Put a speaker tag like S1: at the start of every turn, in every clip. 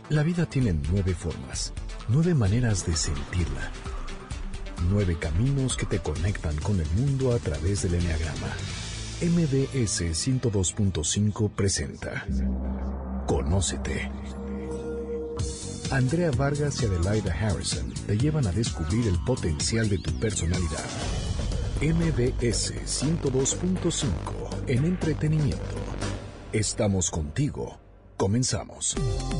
S1: La vida tiene 9 formas, 9 maneras de sentirla. 9 caminos que te conectan con el mundo a través del eneagrama. MBS 102.5 presenta Conócete. Andrea Vargas y Adelaida Harrison te llevan a descubrir el potencial de tu personalidad. MBS 102.5 en entretenimiento. Estamos contigo. Comenzamos.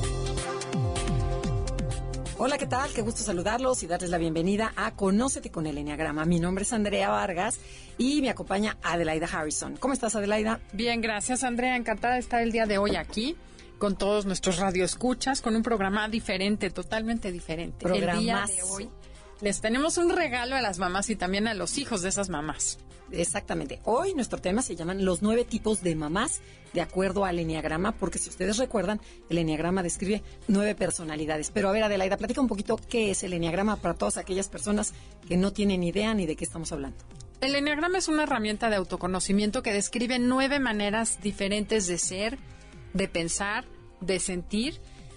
S2: Hola, ¿qué tal? Qué gusto saludarlos y darles la bienvenida a Conócete con el Eneagrama. Mi nombre es Andrea Vargas y me acompaña Adelaida Harrison. ¿Cómo estás, Adelaida?
S3: Bien, gracias, Andrea. Encantada de estar el día de hoy aquí con todos nuestros radioescuchas, con un programa diferente, totalmente diferente.
S2: Programazo.
S3: El día de hoy les tenemos un regalo a las mamás y también a los hijos de esas mamás.
S2: Exactamente. Hoy nuestro tema se llaman los 9 tipos de mamás de acuerdo al Eneagrama, porque si ustedes recuerdan, el Eneagrama describe 9 personalidades. Pero a ver, Adelaida, platica un poquito qué es el Eneagrama para todas aquellas personas que no tienen idea ni de qué estamos hablando.
S3: El Eneagrama es una herramienta de autoconocimiento que describe 9 maneras diferentes de ser, de pensar, de sentir,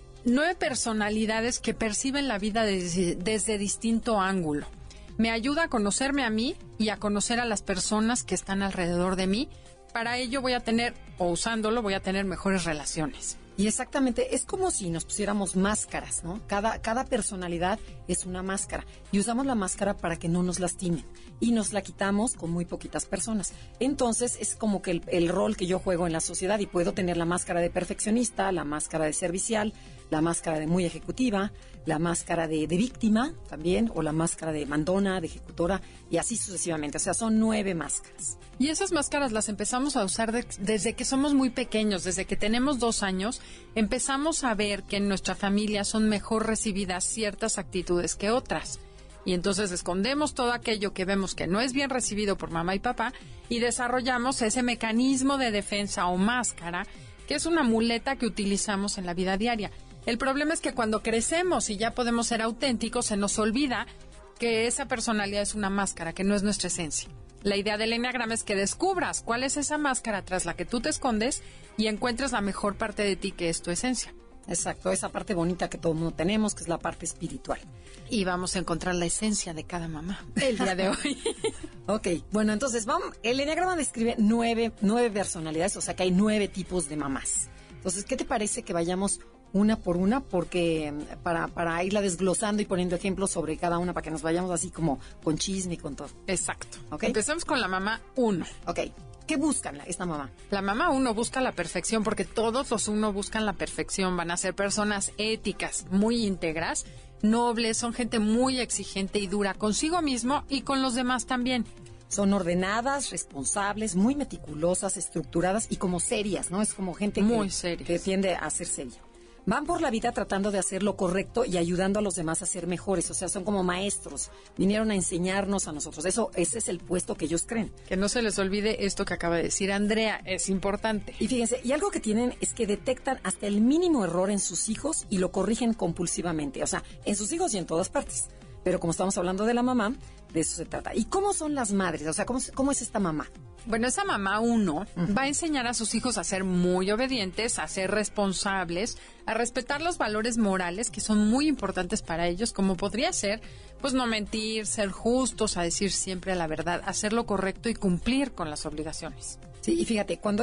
S3: 9 personalidades que perciben la vida desde distinto ángulo. Me ayuda a conocerme a mí y a conocer a las personas que están alrededor de mí. Para ello voy a tener, o usándolo, voy a tener mejores relaciones.
S2: Y exactamente, es como si nos pusiéramos máscaras, ¿no? Cada personalidad es una máscara y usamos la máscara para que no nos lastimen y nos la quitamos con muy poquitas personas. Entonces es como que el rol que yo juego en la sociedad y puedo tener la máscara de perfeccionista, la máscara de servicial, la máscara de muy ejecutiva, la máscara de víctima también, o la máscara de mandona, de ejecutora, y así sucesivamente. O sea, son 9 máscaras.
S3: Y esas máscaras las empezamos a usar desde que somos muy pequeños, desde que tenemos 2 años, empezamos a ver que en nuestra familia son mejor recibidas ciertas actitudes que otras. Y entonces escondemos todo aquello que vemos que no es bien recibido por mamá y papá y desarrollamos ese mecanismo de defensa o máscara, que es una muleta que utilizamos en la vida diaria. El problema es que cuando crecemos y ya podemos ser auténticos, se nos olvida que esa personalidad es una máscara, que no es nuestra esencia. La idea del Eneagrama es que descubras cuál es esa máscara tras la que tú te escondes y encuentres la mejor parte de ti, que es tu esencia.
S2: Exacto, esa parte bonita que todo el mundo tenemos, que es la parte espiritual.
S3: Y vamos a encontrar la esencia de cada mamá el día de hoy.
S2: Ok, bueno, entonces el Eneagrama describe 9 personalidades, o sea que hay 9 tipos de mamás. Entonces, ¿qué te parece que vayamos una por una? Porque para irla desglosando y poniendo ejemplos sobre cada una, para que nos vayamos así como con chisme y con todo.
S3: Exacto.
S2: ¿Okay?
S3: Empezamos con la mamá 1.
S2: Ok. ¿Qué buscan esta mamá?
S3: La mamá 1 busca la perfección, porque todos los 1 buscan la perfección. Van a ser personas éticas, muy íntegras, nobles, son gente muy exigente y dura consigo mismo y con los demás también.
S2: Son ordenadas, responsables, muy meticulosas, estructuradas y como serias, ¿no? Es como gente
S3: muy
S2: que tiende a ser seria. Van por la vida tratando de hacer lo correcto y ayudando a los demás a ser mejores. O sea, son como maestros. Vinieron a enseñarnos a nosotros. Ese es el puesto que ellos creen.
S3: Que no se les olvide esto que acaba de decir Andrea. Es importante.
S2: Y fíjense, y algo que tienen es que detectan hasta el mínimo error en sus hijos y lo corrigen compulsivamente. O sea, en sus hijos y en todas partes. Pero como estamos hablando de la mamá, de eso se trata. ¿Y cómo son las madres? O sea, ¿cómo es esta mamá?
S3: Bueno, esa mamá 1 va a enseñar a sus hijos a ser muy obedientes, a ser responsables, a respetar los valores morales que son muy importantes para ellos, como podría ser, pues no mentir, ser justos, a decir siempre la verdad, hacer lo correcto y cumplir con las obligaciones.
S2: Sí, y fíjate, cuando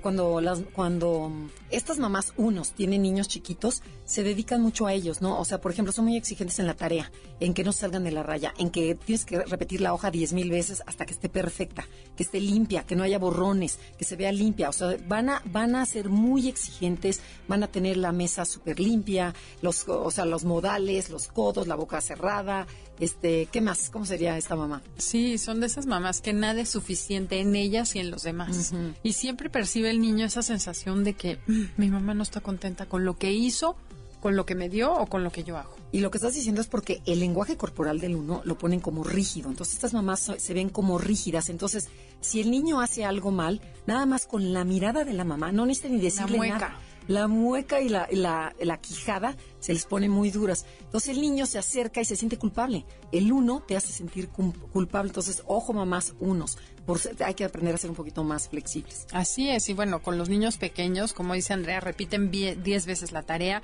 S2: estas mamás unos tienen niños chiquitos, se dedican mucho a ellos, ¿no? O sea, por ejemplo, son muy exigentes en la tarea, en que no salgan de la raya, en que tienes que repetir la hoja 10,000 veces hasta que esté perfecta, que esté limpia, que no haya borrones, que se vea limpia. O sea, van a ser muy exigentes, van a tener la mesa súper limpia, los modales, los codos, la boca cerrada. ¿Qué más? ¿Cómo sería esta mamá?
S3: Sí, son de esas mamás que nada es suficiente en ellas y en los demás. Uh-huh. Y siempre percibe el niño esa sensación de que mi mamá no está contenta con lo que hizo, con lo que me dio o con lo que yo hago.
S2: Y lo que estás diciendo es porque el lenguaje corporal del 1 lo ponen como rígido. Entonces estas mamás se ven como rígidas. Entonces, si el niño hace algo mal, nada más con la mirada de la mamá, no necesita ni decirle nada. La mueca y la quijada se les pone muy duras. Entonces el niño se acerca y se siente culpable. El 1 te hace sentir culpable. Entonces, ojo, mamás unos. Hay que aprender a ser un poquito más flexibles.
S3: Así es. Y bueno, con los niños pequeños, como dice Andrea, repiten 10 veces la tarea.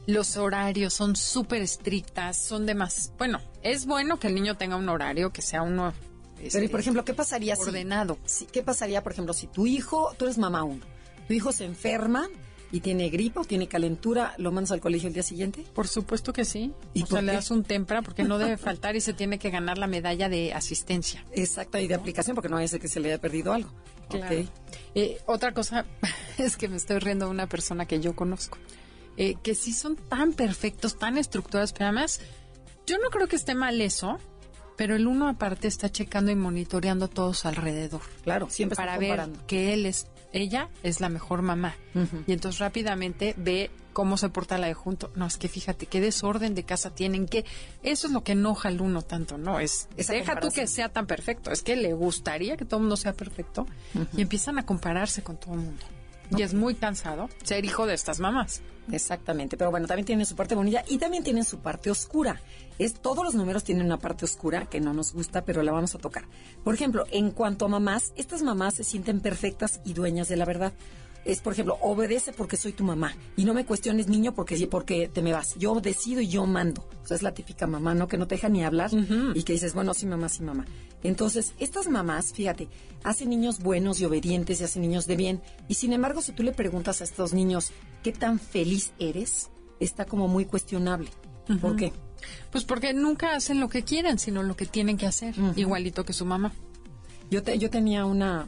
S3: Los horarios son súper estrictas, son bueno, es bueno que el niño tenga un horario, que sea uno
S2: pero, y por ejemplo, ¿qué pasaría
S3: ordenado?
S2: ¿Qué pasaría, por ejemplo, si tu hijo, tú eres mamá 1, tu hijo se enferma y tiene gripa o tiene calentura, ¿lo mandas al colegio el día siguiente?
S3: Por supuesto que sí.
S2: ¿Y
S3: o sea, le
S2: qué?
S3: das un tempra porque no debe faltar y se tiene que ganar la medalla de asistencia.
S2: Exacto, y de aplicación, porque no vaya a ser que se le haya perdido algo.
S3: Claro. Okay. Otra cosa es que me estoy riendo de una persona que yo conozco, que sí son tan perfectos, tan estructurados, pero además yo no creo que esté mal eso, pero el uno aparte está checando y monitoreando a todos alrededor.
S2: Claro, siempre
S3: para
S2: está comparando.
S3: ver que ella es la mejor mamá. Uh-huh. Y entonces rápidamente ve cómo se porta la de junto. No, es que fíjate qué desorden de casa tienen, que eso es lo que enoja al uno tanto, ¿no? Deja tú que sea tan perfecto, es que le gustaría que todo el mundo sea perfecto. Uh-huh. Y empiezan a compararse con todo el mundo. Okay. Y es muy cansado ser hijo de estas mamás.
S2: Exactamente, pero bueno, también tienen su parte bonita y también tienen su parte oscura. Todos los números tienen una parte oscura que no nos gusta, pero la vamos a tocar. Por ejemplo, en cuanto a mamás, estas mamás se sienten perfectas y dueñas de la verdad. Por ejemplo, obedece porque soy tu mamá y no me cuestiones, niño, porque te me vas. Yo decido y yo mando. O sea, es la típica mamá, ¿no? Que no te deja ni hablar uh-huh. y que dices, bueno, sí, mamá, sí, mamá. Entonces, estas mamás, fíjate, hacen niños buenos y obedientes y hacen niños de bien. Y sin embargo, si tú le preguntas a estos niños qué tan feliz eres, está como muy cuestionable. Uh-huh. ¿Por qué?
S3: Pues porque nunca hacen lo que quieren, sino lo que tienen que hacer, uh-huh. igualito que su mamá.
S2: Yo tenía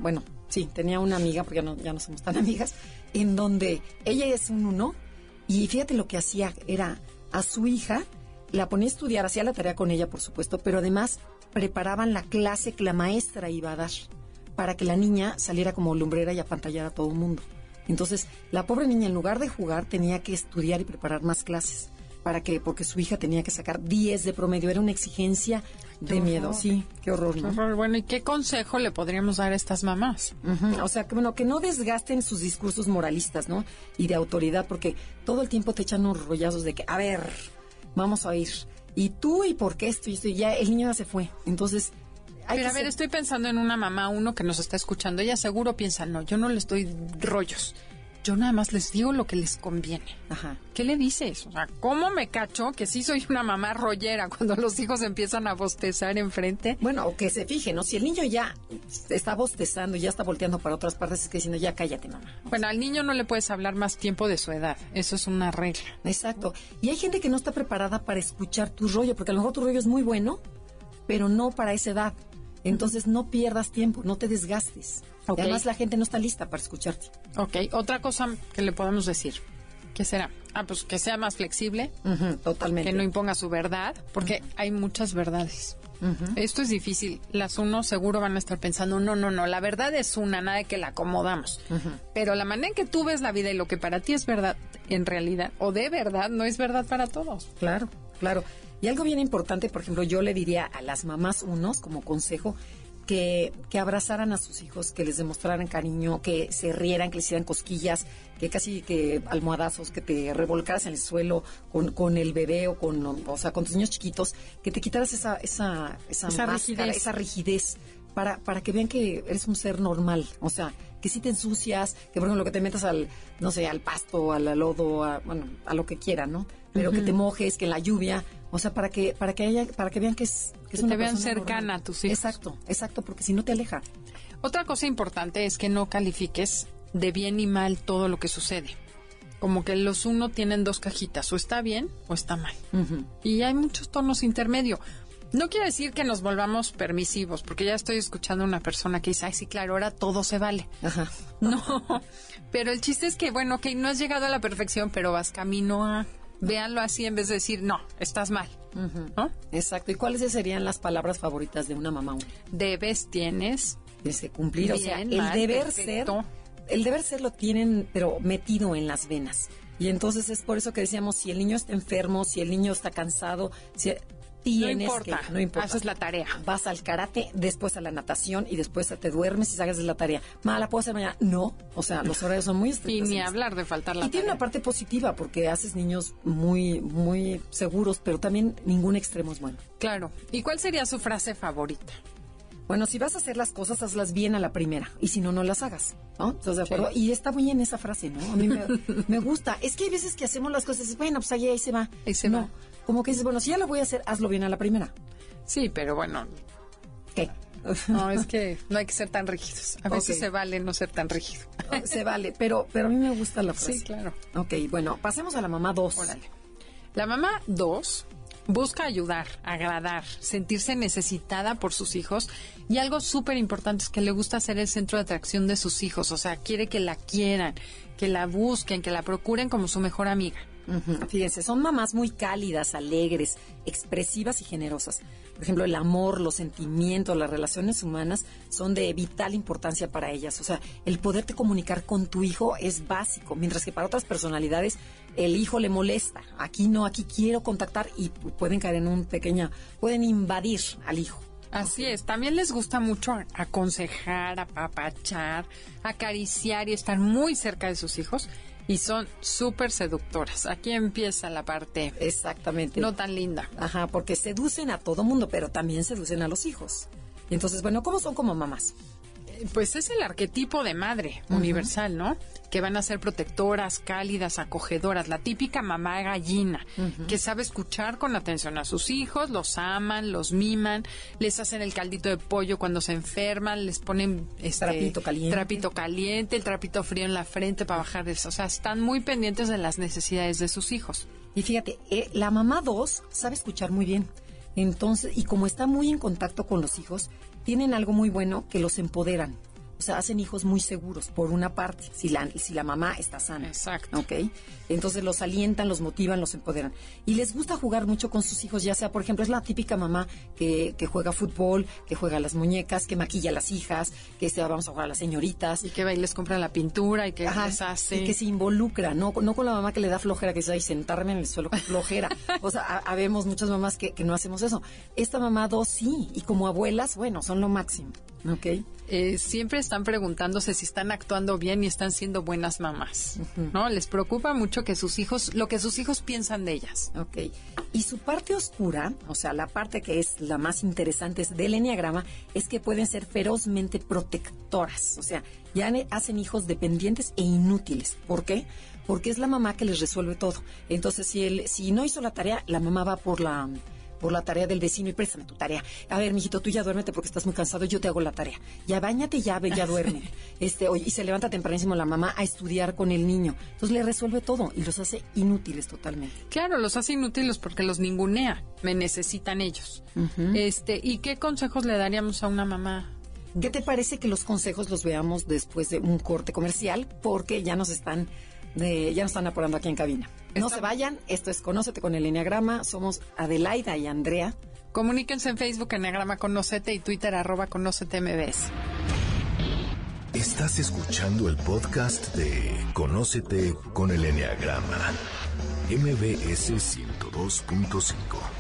S2: tenía una amiga, porque ya no somos tan amigas, en donde ella es un 1 y fíjate lo que hacía, era a su hija, la ponía a estudiar, hacía la tarea con ella, por supuesto, pero además preparaban la clase que la maestra iba a dar para que la niña saliera como lumbrera y apantallara a todo el mundo. Entonces, la pobre niña, en lugar de jugar, tenía que estudiar y preparar más clases. Porque su hija tenía que sacar 10 de promedio. Era una exigencia de miedo. Sí, qué horror, ¿no?
S3: Qué horror. Bueno, ¿y qué consejo le podríamos dar a estas mamás?
S2: Uh-huh. O sea, que no desgasten sus discursos moralistas, ¿no? Y de autoridad, porque todo el tiempo te echan unos rollazos de que, a ver, vamos a ir. Y tú, ¿y por qué esto? Y esto, y ya el niño ya se fue. Entonces,
S3: pero a ver, estoy pensando en una mamá, uno que nos está escuchando. Ella seguro piensa, no, yo no les doy rollos. Yo nada más les digo lo que les conviene.
S2: Ajá.
S3: ¿Qué le dices? O sea, ¿cómo me cacho que sí soy una mamá rollera cuando los hijos empiezan a bostezar enfrente?
S2: Bueno, o que se fijen, ¿no? Si el niño ya está bostezando y ya está volteando para otras partes, es que diciendo, ya cállate, mamá.
S3: Bueno, al niño no le puedes hablar más tiempo de su edad. Eso es una regla.
S2: Exacto. Y hay gente que no está preparada para escuchar tu rollo, porque a lo mejor tu rollo es muy bueno, pero no para esa edad. Entonces no pierdas tiempo, no te desgastes. Okay. Además la gente no está lista para escucharte.
S3: Ok, otra cosa que le podemos decir, ¿qué será? Pues que sea más flexible.
S2: Uh-huh, totalmente.
S3: Que no imponga su verdad, porque uh-huh. hay muchas verdades. Uh-huh. Esto es difícil. Las uno seguro van a estar pensando, no, la verdad es una, nada de que la acomodamos. Uh-huh. Pero la manera en que tú ves la vida y lo que para ti es verdad, en realidad, o de verdad, no es verdad para todos.
S2: Claro. Y algo bien importante, por ejemplo, yo le diría a las mamás unos, como consejo, que abrazaran a sus hijos, que les demostraran cariño, que se rieran, que les hicieran cosquillas, que casi que almohadazos, que te revolcaras en el suelo con el bebé o con tus niños chiquitos, que te quitaras esa máscara, esa rigidez, para que vean que eres un ser normal, o sea, que si te ensucias, que por ejemplo que te metas al pasto, al lodo, a lo que quieran, ¿no? Pero uh-huh. que te mojes, que en la lluvia, o sea, para que vean que es una
S3: te vean
S2: persona
S3: cercana
S2: normal.
S3: A tus hijos.
S2: Exacto, porque si no te aleja.
S3: Otra cosa importante es que no califiques de bien y mal todo lo que sucede. Como que los uno tienen dos cajitas, o está bien o está mal. Uh-huh. Y hay muchos tonos intermedio. No quiere decir que nos volvamos permisivos, porque ya estoy escuchando a una persona que dice, ay, sí, claro, ahora todo se vale.
S2: Ajá.
S3: No, pero el chiste es que, bueno, que no has llegado a la perfección, pero vas camino a... Véanlo así en vez de decir, no, estás mal.
S2: Uh-huh. ¿No? Exacto. ¿Y cuáles serían las palabras favoritas de una mamá?
S3: Debes, tienes.
S2: Tienes que cumplir.
S3: Bien,
S2: o sea, el deber ser lo tienen, pero metido en las venas. Y entonces es por eso que decíamos, si el niño está enfermo, si el niño está cansado, no importa.
S3: Haces la tarea.
S2: Vas al karate, después a la natación y después te duermes y sacas de la tarea. ¿La puedo hacer mañana? No. O sea, los horarios son muy estrictos.
S3: Y ni hablar de faltar la tarea.
S2: Y tiene una parte positiva porque haces niños muy, muy seguros, pero también ningún extremo es bueno.
S3: Claro. ¿Y cuál sería su frase favorita?
S2: Bueno, si vas a hacer las cosas, hazlas bien a la primera. Y si no, no las hagas, ¿no? ¿Estás de acuerdo? Sí. Y está muy bien esa frase, ¿no? A mí me gusta. Es que hay veces que hacemos las cosas y dices, bueno, pues ahí se va.
S3: Ahí se va.
S2: Como que dices, bueno, si ya la voy a hacer, hazlo bien a la primera.
S3: Sí, pero bueno.
S2: ¿Qué?
S3: No, es que no hay que ser tan rígidos. A veces se vale no ser tan rígido.
S2: Se vale, pero a mí me gusta la frase.
S3: Sí, claro.
S2: Ok, bueno, pasemos a la mamá 2.
S3: Órale. La mamá 2 busca ayudar, agradar, sentirse necesitada por sus hijos y algo súper importante es que le gusta ser el centro de atracción de sus hijos, o sea, quiere que la quieran, que la busquen, que la procuren como su mejor amiga.
S2: Fíjense, son mamás muy cálidas, alegres, expresivas y generosas. Por ejemplo, el amor, los sentimientos, las relaciones humanas son de vital importancia para ellas. O sea, el poderte comunicar con tu hijo es básico, mientras que para otras personalidades el hijo le molesta. Aquí no, aquí quiero contactar y pueden caer en pueden invadir al hijo.
S3: Así es, también les gusta mucho aconsejar, apapachar, acariciar y estar muy cerca de sus hijos. Y son súper seductoras. Aquí empieza la parte...
S2: Exactamente.
S3: No tan linda.
S2: Ajá, porque seducen a todo mundo, pero también seducen a los hijos. Y entonces, bueno, ¿cómo son como mamás?
S3: Pues es el arquetipo de madre universal, ¿no? Que van a ser protectoras, cálidas, acogedoras. La típica mamá gallina, que sabe escuchar con atención a sus hijos, los aman, los miman, les hacen el caldito de pollo cuando se enferman, les ponen
S2: trapito caliente,
S3: el trapito frío en la frente para bajarles. O sea, están muy pendientes de las necesidades de sus hijos.
S2: Y fíjate, la mamá 2 sabe escuchar muy bien. Entonces, y como está muy en contacto con los hijos, tienen algo muy bueno que los empoderan. O sea, hacen hijos muy seguros, por una parte, si la mamá está sana.
S3: Exacto.
S2: ¿Ok? Entonces los alientan, los motivan, los empoderan. Y les gusta jugar mucho con sus hijos, ya sea, por ejemplo, es la típica mamá que juega fútbol, que juega a las muñecas, que maquilla a las hijas, que vamos a jugar a las señoritas.
S3: Y que va y les compra la pintura y que les hace.
S2: Y que se involucra, no con la mamá que le da flojera, que dice, ay, sentarme en el suelo con flojera. O sea, habemos muchas mamás que no hacemos eso. Esta mamá 2 sí, y como abuelas, bueno, son lo máximo. ¿Ok?
S3: Siempre están preguntándose si están actuando bien y están siendo buenas mamás, ¿no? Les preocupa mucho lo que sus hijos piensan de ellas.
S2: Ok. Y su parte oscura, o sea, la parte que es la más interesante del enneagrama, es que pueden ser ferozmente protectoras. O sea, ya hacen hijos dependientes e inútiles. ¿Por qué? Porque es la mamá que les resuelve todo. Entonces, si no hizo la tarea, la mamá va por la tarea del vecino y préstame tu tarea. A ver, mijito, tú ya duérmete porque estás muy cansado, yo te hago la tarea. Ya báñate, ya duerme. Y se levanta tempranísimo la mamá a estudiar con el niño. Entonces le resuelve todo y los hace inútiles totalmente.
S3: Claro, los hace inútiles porque los ningunea. Me necesitan ellos. ¿Y qué consejos le daríamos a una mamá?
S2: ¿Qué te parece que los consejos los veamos después de un corte comercial? Porque ya nos están apurando aquí en cabina. No se vayan, esto es Conócete con el Enneagrama, somos Adelaida y Andrea.
S3: Comuníquense en Facebook Enneagrama Conócete y Twitter @ConóceteMBS.
S1: Estás escuchando el podcast de Conócete con el Enneagrama, MBS 102.5.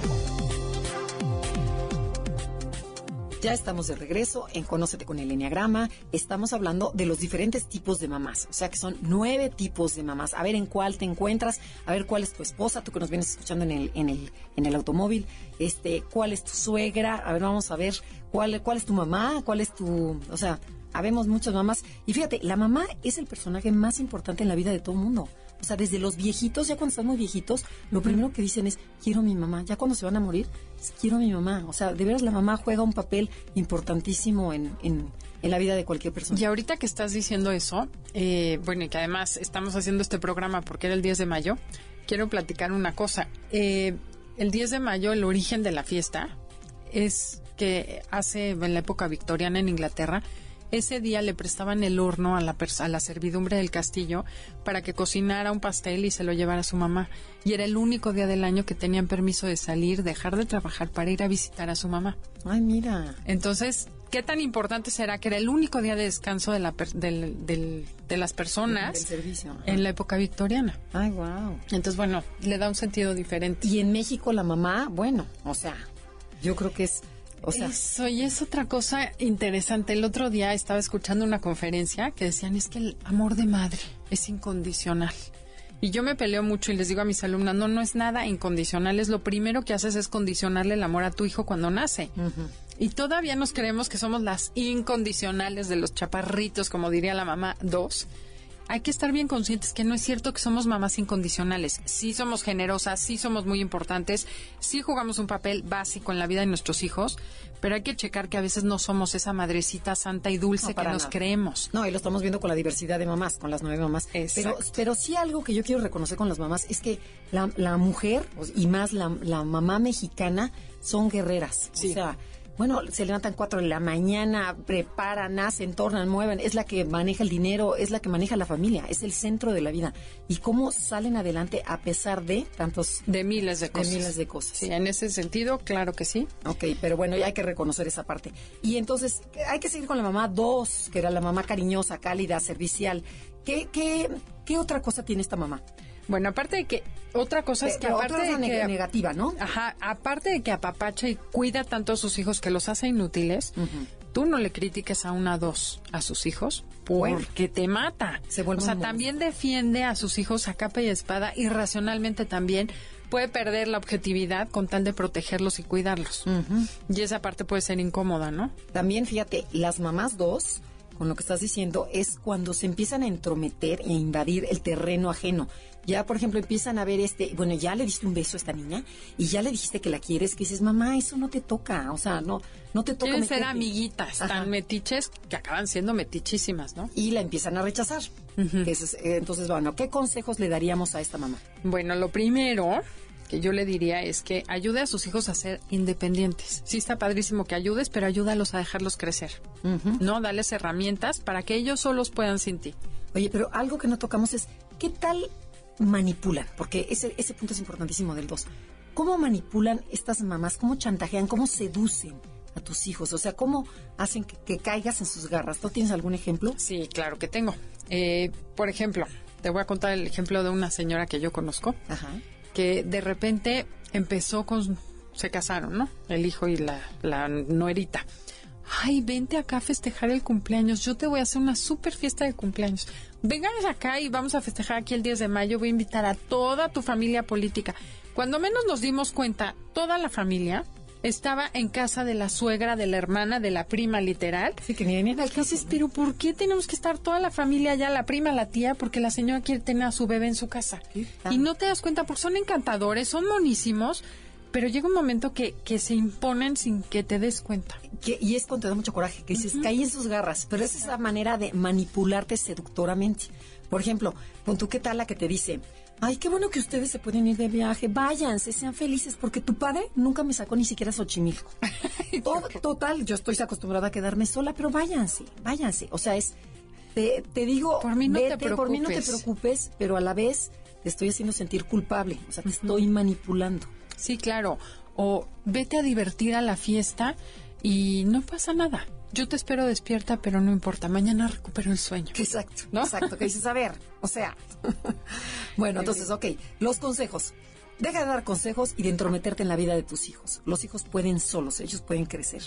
S2: Ya estamos de regreso en Conócete con el Enneagrama. Estamos hablando de los diferentes tipos de mamás. O sea que son 9 tipos de mamás. A ver en cuál te encuentras, a ver cuál es tu esposa, tú que nos vienes escuchando en el automóvil. ¿Cuál es tu suegra? A ver, vamos a ver cuál es tu mamá, cuál es tu... O sea, habemos muchas mamás. Y fíjate, la mamá es el personaje más importante en la vida de todo el mundo. O sea, desde los viejitos, ya cuando están muy viejitos, lo primero que dicen es, quiero a mi mamá. Ya cuando se van a morir, quiero a mi mamá. O sea, de veras la mamá juega un papel importantísimo en la vida de cualquier persona.
S3: Y ahorita que estás diciendo eso, bueno, y que además estamos haciendo este programa porque era el 10 de mayo, quiero platicar una cosa. El 10 de mayo, el origen de la fiesta es que en la época victoriana en Inglaterra, ese día le prestaban el horno a la servidumbre del castillo para que cocinara un pastel y se lo llevara a su mamá. Y era el único día del año que tenían permiso de salir, dejar de trabajar para ir a visitar a su mamá.
S2: Ay, mira.
S3: Entonces, ¿qué tan importante será que era el único día de descanso de las personas
S2: del servicio
S3: en la época victoriana?
S2: Ay, wow.
S3: Entonces, bueno, le da un sentido diferente.
S2: Y en México la mamá, bueno, o sea, yo creo que es...
S3: Eso, y es otra cosa interesante. El otro día estaba escuchando una conferencia que decían, es que el amor de madre es incondicional. Y yo me peleo mucho y les digo a mis alumnas, no es nada incondicional. Es lo primero que haces es condicionarle el amor a tu hijo cuando nace. y todavía nos creemos que somos las incondicionales de los chaparritos, como diría la mamá 2, hay que estar bien conscientes que no es cierto que somos mamás incondicionales. Sí somos generosas, sí somos muy importantes, sí jugamos un papel básico en la vida de nuestros hijos, pero hay que checar que a veces no somos esa madrecita santa y dulce que nos creemos.
S2: No, y lo estamos viendo con la diversidad de mamás, con las 9 mamás. Pero sí algo que yo quiero reconocer con las mamás es que la mujer, y más la mamá mexicana, son guerreras. Sí. O sea, bueno, se levantan 4 de la mañana, preparan, hacen, tornan, mueven. Es la que maneja el dinero, es la que maneja la familia, es el centro de la vida. Y cómo salen adelante a pesar de tantos...
S3: De miles de cosas.
S2: De miles de cosas.
S3: Sí, en ese sentido, claro que sí.
S2: Ok, pero bueno, ya hay que reconocer esa parte. Y entonces, hay que seguir con la mamá 2, que era la mamá cariñosa, cálida, servicial. ¿Qué otra cosa tiene esta mamá?
S3: Bueno, aparte de que otra cosa es que aparte
S2: otra
S3: de que
S2: negativa, ¿no?
S3: Ajá, aparte de que apapacha y cuida tanto a sus hijos que los hace inútiles, tú no le critiques a una 2 a sus hijos porque te mata. O sea, también defiende a sus hijos a capa y espada y racionalmente también puede perder la objetividad con tal de protegerlos y cuidarlos. Y esa parte puede ser incómoda, ¿no?
S2: También, fíjate, las mamás 2, con lo que estás diciendo, es cuando se empiezan a entrometer e invadir el terreno ajeno. Ya, por ejemplo, empiezan a ver bueno, ya le diste un beso a esta niña y ya le dijiste que la quieres, que dices, mamá, eso no te toca, o sea, no te toca.
S3: Quieren ser amiguitas, tan metiches que acaban siendo metichísimas, ¿no?
S2: Y la empiezan a rechazar. Entonces, bueno, ¿qué consejos le daríamos a esta mamá?
S3: Bueno, lo primero que yo le diría es que ayude a sus hijos a ser independientes. Sí está padrísimo que ayudes, pero ayúdalos a dejarlos crecer. ¿No? Dales herramientas para que ellos solos puedan sin ti.
S2: Oye, pero algo que no tocamos es, ¿qué tal manipulan? Porque ese punto es importantísimo del 2. ¿Cómo manipulan estas mamás? ¿Cómo chantajean? ¿Cómo seducen a tus hijos? O sea, ¿cómo hacen que caigas en sus garras? ¿Tú tienes algún ejemplo?
S3: Sí, claro que tengo. Por ejemplo, te voy a contar el ejemplo de una señora que yo conozco. Ajá. Que de repente se casaron, ¿no? El hijo y la nuerita. Ay, vente acá a festejar el cumpleaños. Yo te voy a hacer una súper fiesta de cumpleaños. Vengan acá y vamos a festejar aquí el 10 de mayo. Voy a invitar a toda tu familia política. Cuando menos nos dimos cuenta, toda la familia estaba en casa de la suegra, de la hermana, de la prima, literal.
S2: Sí, que ni al caso.
S3: Dices, pero ¿por qué tenemos que estar toda la familia allá, la prima, la tía? Porque la señora quiere tener a su bebé en su casa. Y no te das cuenta, porque son encantadores, son monísimos, pero llega un momento que se imponen sin que te des cuenta.
S2: Y es cuando te da mucho coraje, que dices, caí en sus garras, pero es esa manera de manipularte seductoramente. Por ejemplo, con tú, ¿qué tal la que te dice? Ay, qué bueno que ustedes se pueden ir de viaje. Váyanse, sean felices, porque tu padre nunca me sacó ni siquiera a Xochimilco. Total, yo estoy acostumbrada a quedarme sola, pero váyanse. O sea, te digo,
S3: por mí no te
S2: preocupes, pero a la vez te estoy haciendo sentir culpable. O sea, te estoy manipulando.
S3: Sí, claro. O vete a divertir a la fiesta y no pasa nada. Yo te espero despierta, pero no importa. Mañana recupero el sueño.
S2: Exacto,
S3: ¿no?
S2: Exacto. Que dices, a ver, o sea. Bueno, entonces, ok. Los consejos. Deja de dar consejos y de entrometerte en la vida de tus hijos. Los hijos pueden solos, ellos pueden crecer.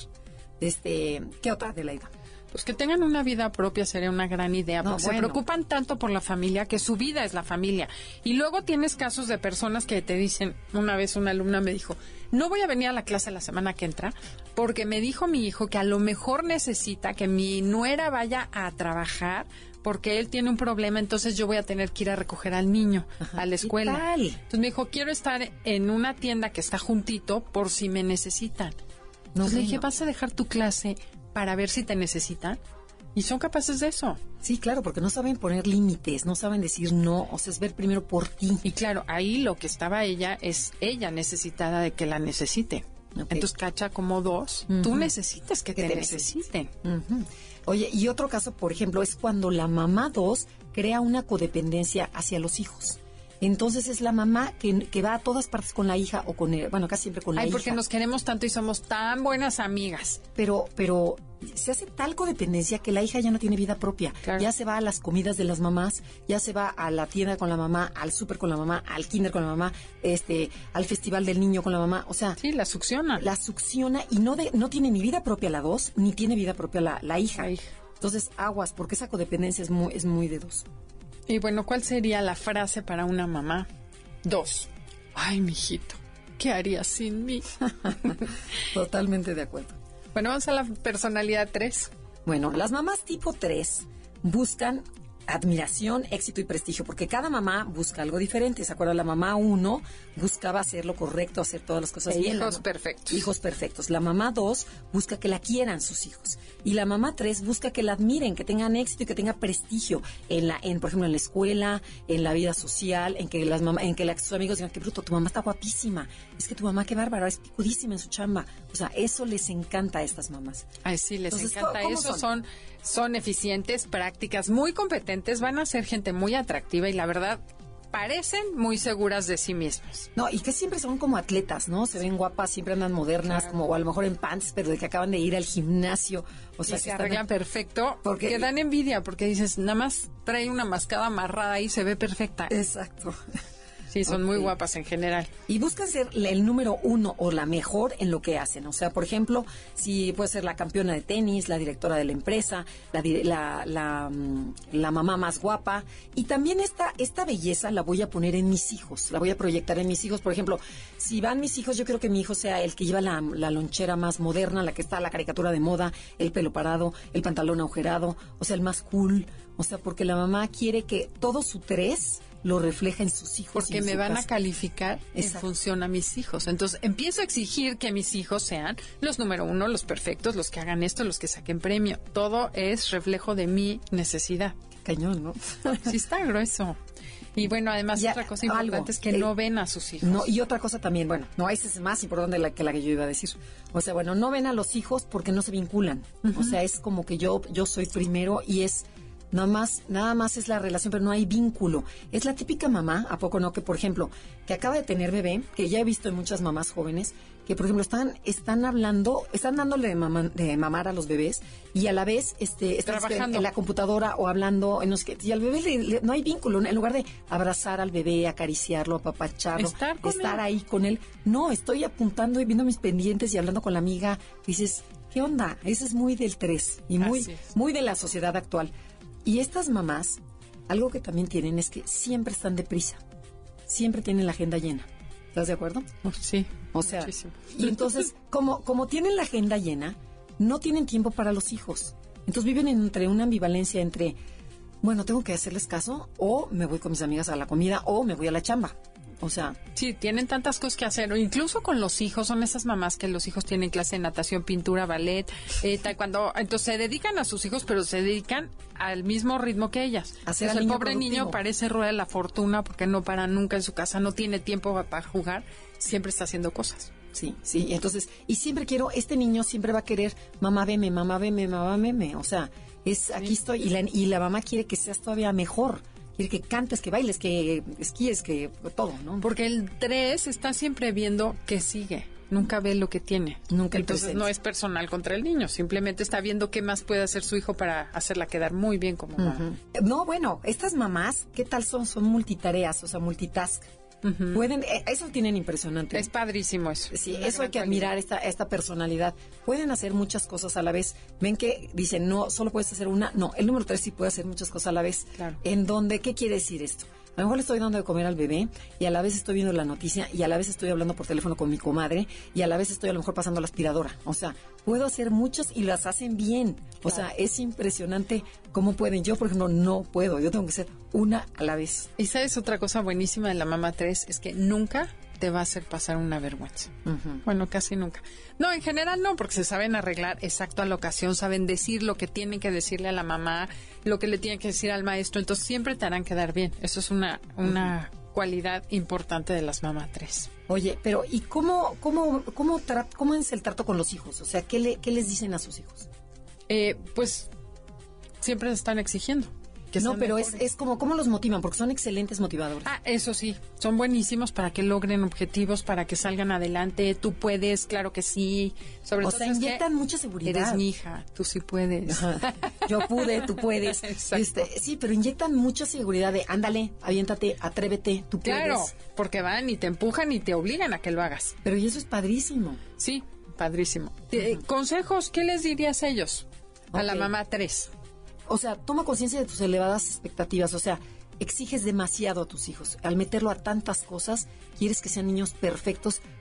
S2: ¿Qué otra, Adelaida?
S3: Pues que tengan una vida propia sería una gran idea. Porque se preocupan tanto por la familia que su vida es la familia. Y luego tienes casos de personas que te dicen, una vez una alumna me dijo, no voy a venir a la clase la semana que entra porque me dijo mi hijo que a lo mejor necesita que mi nuera vaya a trabajar porque él tiene un problema, entonces yo voy a tener que ir a recoger al niño a la escuela.
S2: ¿Qué tal?
S3: Entonces me dijo, quiero estar en una tienda que está juntito por si me necesitan. Entonces le dije, ¿vas a dejar tu clase para ver si te necesitan? Y son capaces de eso.
S2: Sí, claro, porque no saben poner límites, no saben decir no, o sea, es ver primero por ti.
S3: Y claro, ahí lo que estaba ella es ella necesitada de que la necesite. Okay. Entonces, cacha como 2, tú necesitas que te necesiten.
S2: Oye, y otro caso, por ejemplo, es cuando la mamá 2 crea una codependencia hacia los hijos. Entonces es la mamá que va a todas partes con la hija o con casi siempre con la hija.
S3: Ay, porque nos queremos tanto y somos tan buenas amigas.
S2: Pero se hace tal codependencia que la hija ya no tiene vida propia. Claro. Ya se va a las comidas de las mamás, ya se va a la tienda con la mamá, al súper con la mamá, al kinder con la mamá, al festival del niño con la mamá. O sea,
S3: sí, la succiona.
S2: La succiona y no tiene ni vida propia la 2, ni tiene vida propia la hija. Entonces, aguas, porque esa codependencia es muy de 2.
S3: Y bueno, ¿cuál sería la frase para una mamá? 2. Ay, mijito, ¿qué harías sin mí?
S2: Totalmente de acuerdo.
S3: Bueno, vamos a la personalidad 3.
S2: Bueno, las mamás tipo 3 buscan admiración, éxito y prestigio, porque cada mamá busca algo diferente. ¿Se acuerdan? La mamá 1 buscaba hacer lo correcto, hacer todas las cosas bien.
S3: Hijos perfectos.
S2: Hijos perfectos. La mamá 2 busca que la quieran sus hijos. Y la mamá 3 busca que la admiren, que tengan éxito y que tenga prestigio por ejemplo, en la escuela, en la vida social, en que sus amigos digan, qué bruto, tu mamá está guapísima. Es que tu mamá, qué bárbara, es picudísima en su chamba. O sea, eso les encanta a estas mamás.
S3: Ay, sí, les
S2: Entonces,
S3: encanta
S2: ¿cómo
S3: eso. Son eficientes, prácticas, muy competentes, van a ser gente muy atractiva y la verdad parecen muy seguras de sí mismas.
S2: No, y que siempre son como atletas, ¿no? Se ven guapas, siempre andan modernas,
S3: Claro.
S2: como o a lo mejor en pants, pero de que acaban de ir al gimnasio. O sea,
S3: Y
S2: que
S3: se
S2: están
S3: arreglan perfecto,
S2: Porque-
S3: que dan envidia, porque dices, nada más trae una mascada amarrada y se ve perfecta.
S2: Exacto.
S3: Sí, son muy
S2: Ok.
S3: guapas en general.
S2: Y buscan ser el número 1 o la mejor en lo que hacen. O sea, por ejemplo, si puede ser la campeona de tenis, la directora de la empresa, la mamá más guapa. Y también esta belleza la voy a poner en mis hijos, la voy a proyectar en mis hijos. Por ejemplo, si van mis hijos, yo quiero que mi hijo sea el que lleva la lonchera más moderna, la que está la caricatura de moda, el pelo parado, el pantalón agujerado, o sea, el más cool. O sea, porque la mamá quiere que todo su 3 lo refleja en sus hijos. y
S3: Porque
S2: en
S3: me
S2: su
S3: van a
S2: casa.
S3: calificar en
S2: Exacto.
S3: función a mis hijos. Entonces, empiezo a exigir que mis hijos sean los número 1, los perfectos, los que hagan esto, los que saquen premio. Todo es reflejo de mi necesidad.
S2: Cañón, ¿no?
S3: Sí está grueso. Y bueno, además
S2: Ya,
S3: otra cosa importante
S2: algo,
S3: es que no ven a sus hijos.
S2: No, y otra cosa también, bueno, no, esa es más importante que la que yo iba a decir. O sea, bueno, no ven a los hijos porque no se vinculan. O sea, es como que yo soy primero y es nada más es la relación, pero no hay vínculo. Es la típica mamá, ¿a poco no? Que, por ejemplo, que acaba de tener bebé, que ya he visto en muchas mamás jóvenes, que, por ejemplo, están hablando, están dándole de mamar a los bebés y a la vez están
S3: Trabajando.
S2: en la computadora o hablando, no sé qué, y al bebé no hay vínculo. En lugar de abrazar al bebé, acariciarlo, apapacharlo,
S3: Estar con él.
S2: ahí con él, no, estoy apuntando y viendo mis pendientes y hablando con la amiga. Dices, ¿qué onda? Eso es muy del 3 y
S3: Así es.
S2: muy de la sociedad actual. Y estas mamás, algo que también tienen es que siempre están deprisa, siempre tienen la agenda llena. ¿Estás de acuerdo?
S3: Sí,
S2: O sea,
S3: muchísimo.
S2: y entonces, como tienen la agenda llena, no tienen tiempo para los hijos. Entonces viven entre una ambivalencia entre, bueno, tengo que hacerles caso, o me voy con mis amigas a la comida, o me voy a la chamba. O sea,
S3: Sí, tienen tantas cosas que hacer, o incluso con los hijos, son esas mamás que los hijos tienen clase de natación, pintura, ballet, taekwondo, entonces se dedican a sus hijos, pero se dedican al mismo ritmo que ellas.
S2: Hacer al
S3: Entonces, el
S2: niño
S3: pobre
S2: productivo.
S3: niño parece rueda de la fortuna porque no para nunca en su casa, no tiene tiempo para jugar, siempre está haciendo cosas.
S2: sí, y entonces, y siempre este niño siempre va a querer, mamá, veme, mamá, veme, mamá, veme. O sea, aquí estoy, y la mamá quiere que seas todavía mejor. Quiere que cantes, que bailes, que esquíes, que todo, ¿no?
S3: Porque el 3 está siempre viendo qué sigue, nunca ve lo que tiene.
S2: Nunca el
S3: Entonces
S2: presente.
S3: no es personal contra el niño, simplemente está viendo qué más puede hacer su hijo para hacerla quedar muy bien como mamá.
S2: No, bueno, estas mamás, ¿qué tal son? Son multitareas, o sea, multitask. Pueden, eso tienen impresionante.
S3: Es padrísimo eso.
S2: Sí,
S3: Una
S2: eso hay
S3: gran
S2: que admirar, esta personalidad. Pueden hacer muchas cosas a la vez. Ven que dicen, no, solo puedes hacer una. No, el número 3 sí puede hacer muchas cosas a la vez.
S3: Claro.
S2: En donde, ¿qué quiere decir esto? A lo mejor le estoy dando de comer al bebé y a la vez estoy viendo la noticia y a la vez estoy hablando por teléfono con mi comadre y a la vez estoy a lo mejor pasando la aspiradora. O sea, puedo hacer muchas y las hacen bien. O sea, es impresionante cómo pueden. Yo, por ejemplo, no puedo. Yo tengo que hacer una a la vez.
S3: Y sabes otra cosa buenísima de la mamá 3 es que nunca te va a hacer pasar una vergüenza. Bueno, casi nunca. No, en general no, porque se saben arreglar exacto a la ocasión, saben decir lo que tienen que decirle a la mamá, lo que le tienen que decir al maestro, entonces siempre te harán quedar bien. Eso es una cualidad importante de las mamás 3.
S2: Oye, pero ¿y cómo es el trato con los hijos? O sea, ¿qué les dicen a sus hijos?
S3: Pues siempre se están exigiendo. Que
S2: No,
S3: sean
S2: pero
S3: mejores.
S2: es como, ¿cómo los motivan? Porque son excelentes motivadores.
S3: Ah, eso sí, son buenísimos para que logren objetivos, para que salgan adelante. Tú puedes, claro que sí. Sobre
S2: O
S3: todo
S2: sea,
S3: es que
S2: inyectan mucha seguridad.
S3: eres mi hija, tú sí puedes.
S2: Ajá. Yo pude, tú puedes.
S3: Exacto.
S2: Sí, pero inyectan mucha seguridad de, ándale, aviéntate, atrévete, tú puedes.
S3: Claro, porque van y te empujan y te obligan a que lo hagas.
S2: Pero y eso es padrísimo.
S3: Sí, padrísimo. Consejos, ¿qué les dirías a ellos? A la
S2: Ok.
S3: mamá 3.
S2: O sea, toma conciencia de tus elevadas expectativas. O sea, exiges demasiado a tus hijos. Al meterlo a tantas cosas, quieres que sean niños perfectos,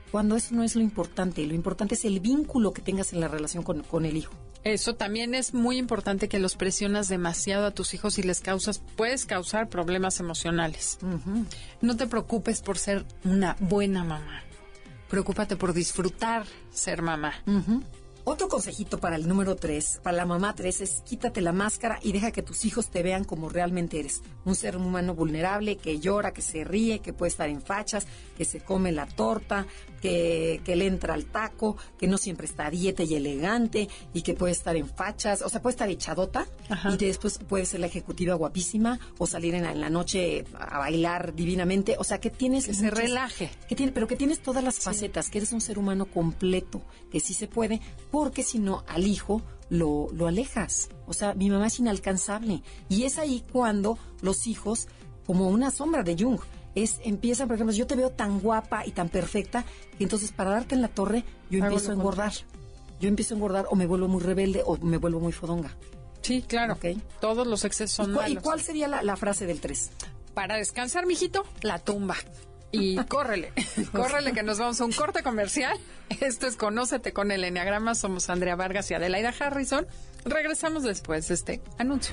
S2: cuando eso no es lo importante es el vínculo que tengas en la relación con el hijo.
S3: Eso también es muy importante, que los presionas demasiado a tus hijos y puedes causar problemas emocionales.
S2: Uh-huh.
S3: No te preocupes por ser una buena mamá. Preocúpate por disfrutar ser mamá.
S2: Uh-huh. Otro consejito para el número 3, para la mamá 3, es quítate la máscara y deja que tus hijos te vean como realmente eres. Un ser humano vulnerable, que llora, que se ríe, que puede estar en fachas, que se come la torta, que le entra al taco, que no siempre está a dieta y elegante, y que puede estar en fachas, o sea, puede estar echadota. Ajá. Y después puede ser la ejecutiva guapísima o salir en la noche a bailar divinamente. O sea, que tienes...
S3: Que se relaje.
S2: Pero que tienes todas las facetas, que eres un ser humano completo, que sí se puede, porque si no, al hijo lo alejas. O sea, mi mamá es inalcanzable. Y es ahí cuando los hijos, como una sombra de Jung, empiezan, por ejemplo, yo te veo tan guapa y tan perfecta, que entonces para darte en la torre, yo empiezo a engordar. Yo empiezo a engordar, o me vuelvo muy rebelde, o me vuelvo muy fodonga.
S3: Sí, claro.
S2: Okay.
S3: Todos los excesos son malos.
S2: ¿Y cuál sería la frase del 3?
S3: Para descansar, mijito, la tumba. Y córrele, córrele, que nos vamos a un corte comercial. Esto es Conócete con el Enneagrama. Somos Andrea Vargas y Adelaida Harrison. Regresamos después de este anuncio.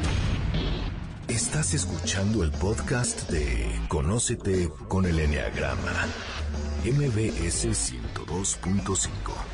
S1: Estás escuchando el podcast de Conócete con el Enneagrama, MBS 102.5.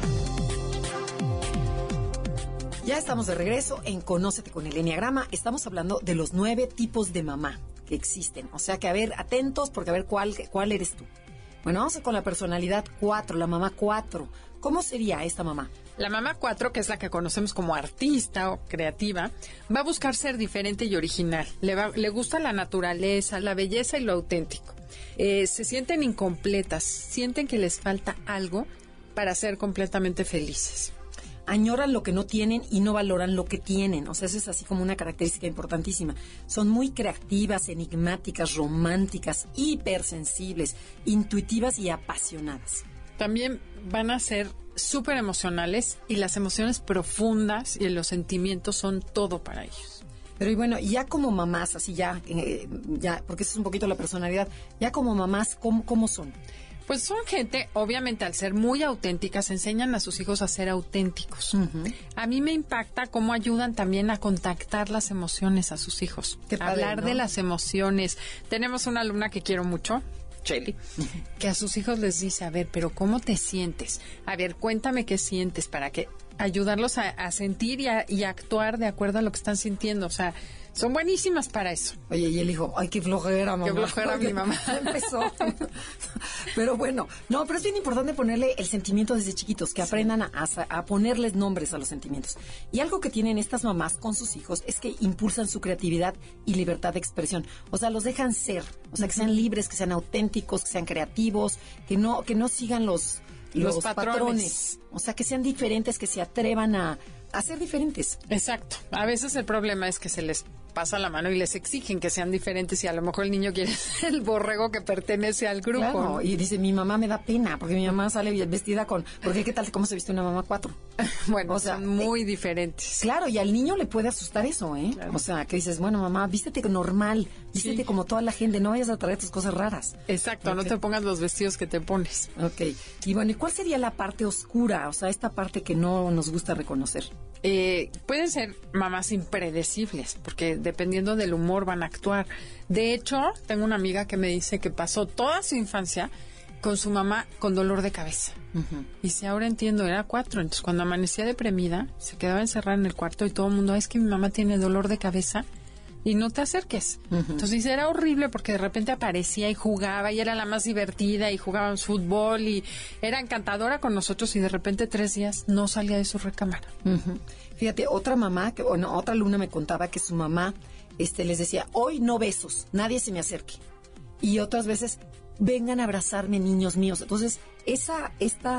S2: Ya estamos de regreso en Conócete con el Enneagrama. Estamos hablando de los 9 tipos de mamá que existen. O sea que, a ver, atentos, porque a ver cuál eres tú. Bueno, vamos con la personalidad 4, la mamá 4. ¿Cómo sería esta mamá?
S3: La mamá 4, que es la que conocemos como artista o creativa, va a buscar ser diferente y original. Le gusta la naturaleza, la belleza y lo auténtico. Se sienten incompletas, sienten que les falta algo para ser completamente felices.
S2: Añoran lo que no tienen y no valoran lo que tienen. O sea, eso es así como una característica importantísima. Son muy creativas, enigmáticas, románticas, hipersensibles, intuitivas y apasionadas.
S3: También van a ser súper emocionales, y las emociones profundas y los sentimientos son todo para ellos.
S2: Pero y bueno, ya como mamás, así ya, porque eso es un poquito la personalidad, ya como mamás, ¿cómo son?
S3: Pues son gente, obviamente, al ser muy auténticas, enseñan a sus hijos a ser auténticos. Uh-huh. A mí me impacta cómo ayudan también a contactar las emociones a sus hijos.
S2: Qué padre,
S3: hablar, ¿no?, de las emociones. Tenemos una alumna que quiero mucho, Shelly, que a sus hijos les dice, a ver, pero ¿cómo te sientes? A ver, cuéntame qué sientes, para que ayudarlos a sentir y a actuar de acuerdo a lo que están sintiendo. O sea, son buenísimas para eso.
S2: Oye, y él dijo, ay, qué flojera, mamá.
S3: Qué flojera mi mamá.
S2: Empezó. Pero bueno, no, pero es bien importante ponerle el sentimiento desde chiquitos, que aprendan a ponerles nombres a los sentimientos. Y algo que tienen estas mamás con sus hijos es que impulsan su creatividad y libertad de expresión. O sea, los dejan ser. O sea, que sean libres, que sean auténticos, que sean creativos, que no sigan los patrones. O sea, que sean diferentes, que se atrevan a ser diferentes.
S3: Exacto. A veces el problema es que se les pasa la mano y les exigen que sean diferentes, y a lo mejor el niño quiere ser el borrego que pertenece al grupo.
S2: Claro, y dice, mi mamá me da pena, porque mi mamá sale vestida porque ¿qué tal cómo se viste una mamá 4?
S3: Bueno, o sea, son muy diferentes.
S2: Claro, y al niño le puede asustar eso, ¿eh? Claro. O sea, que dices, bueno, mamá, vístete normal, vístete como toda la gente, no vayas a traer tus cosas raras.
S3: Exacto, okay. No te pongas los vestidos que te pones.
S2: Ok, y bueno, ¿y cuál sería la parte oscura? O sea, esta parte que no nos gusta reconocer.
S3: Pueden ser mamás impredecibles, porque dependiendo del humor van a actuar. De hecho, tengo una amiga que me dice que pasó toda su infancia con su mamá con dolor de cabeza. Uh-huh. Y si ahora entiendo, era 4. Entonces, cuando amanecía deprimida, se quedaba encerrada en el cuarto y todo el mundo, es que mi mamá tiene dolor de cabeza y no te acerques. Uh-huh. Entonces era horrible, porque de repente aparecía y jugaba y era la más divertida y jugábamos fútbol y era encantadora con nosotros, y de repente 3 días no salía de su recámara.
S2: Uh-huh. Fíjate, otra alumna me contaba que su mamá les decía, hoy no besos, nadie se me acerque. Y otras veces, vengan a abrazarme, niños míos. Entonces, esta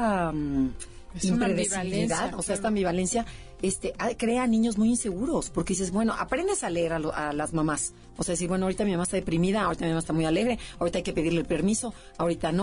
S2: impredecibilidad, o sea, esta ambivalencia, crea niños muy inseguros, porque dices, bueno, aprendes a leer a las mamás. O sea, decir, bueno, ahorita mi mamá está deprimida, ahorita mi mamá está muy alegre, ahorita hay que pedirle el permiso, ahorita no.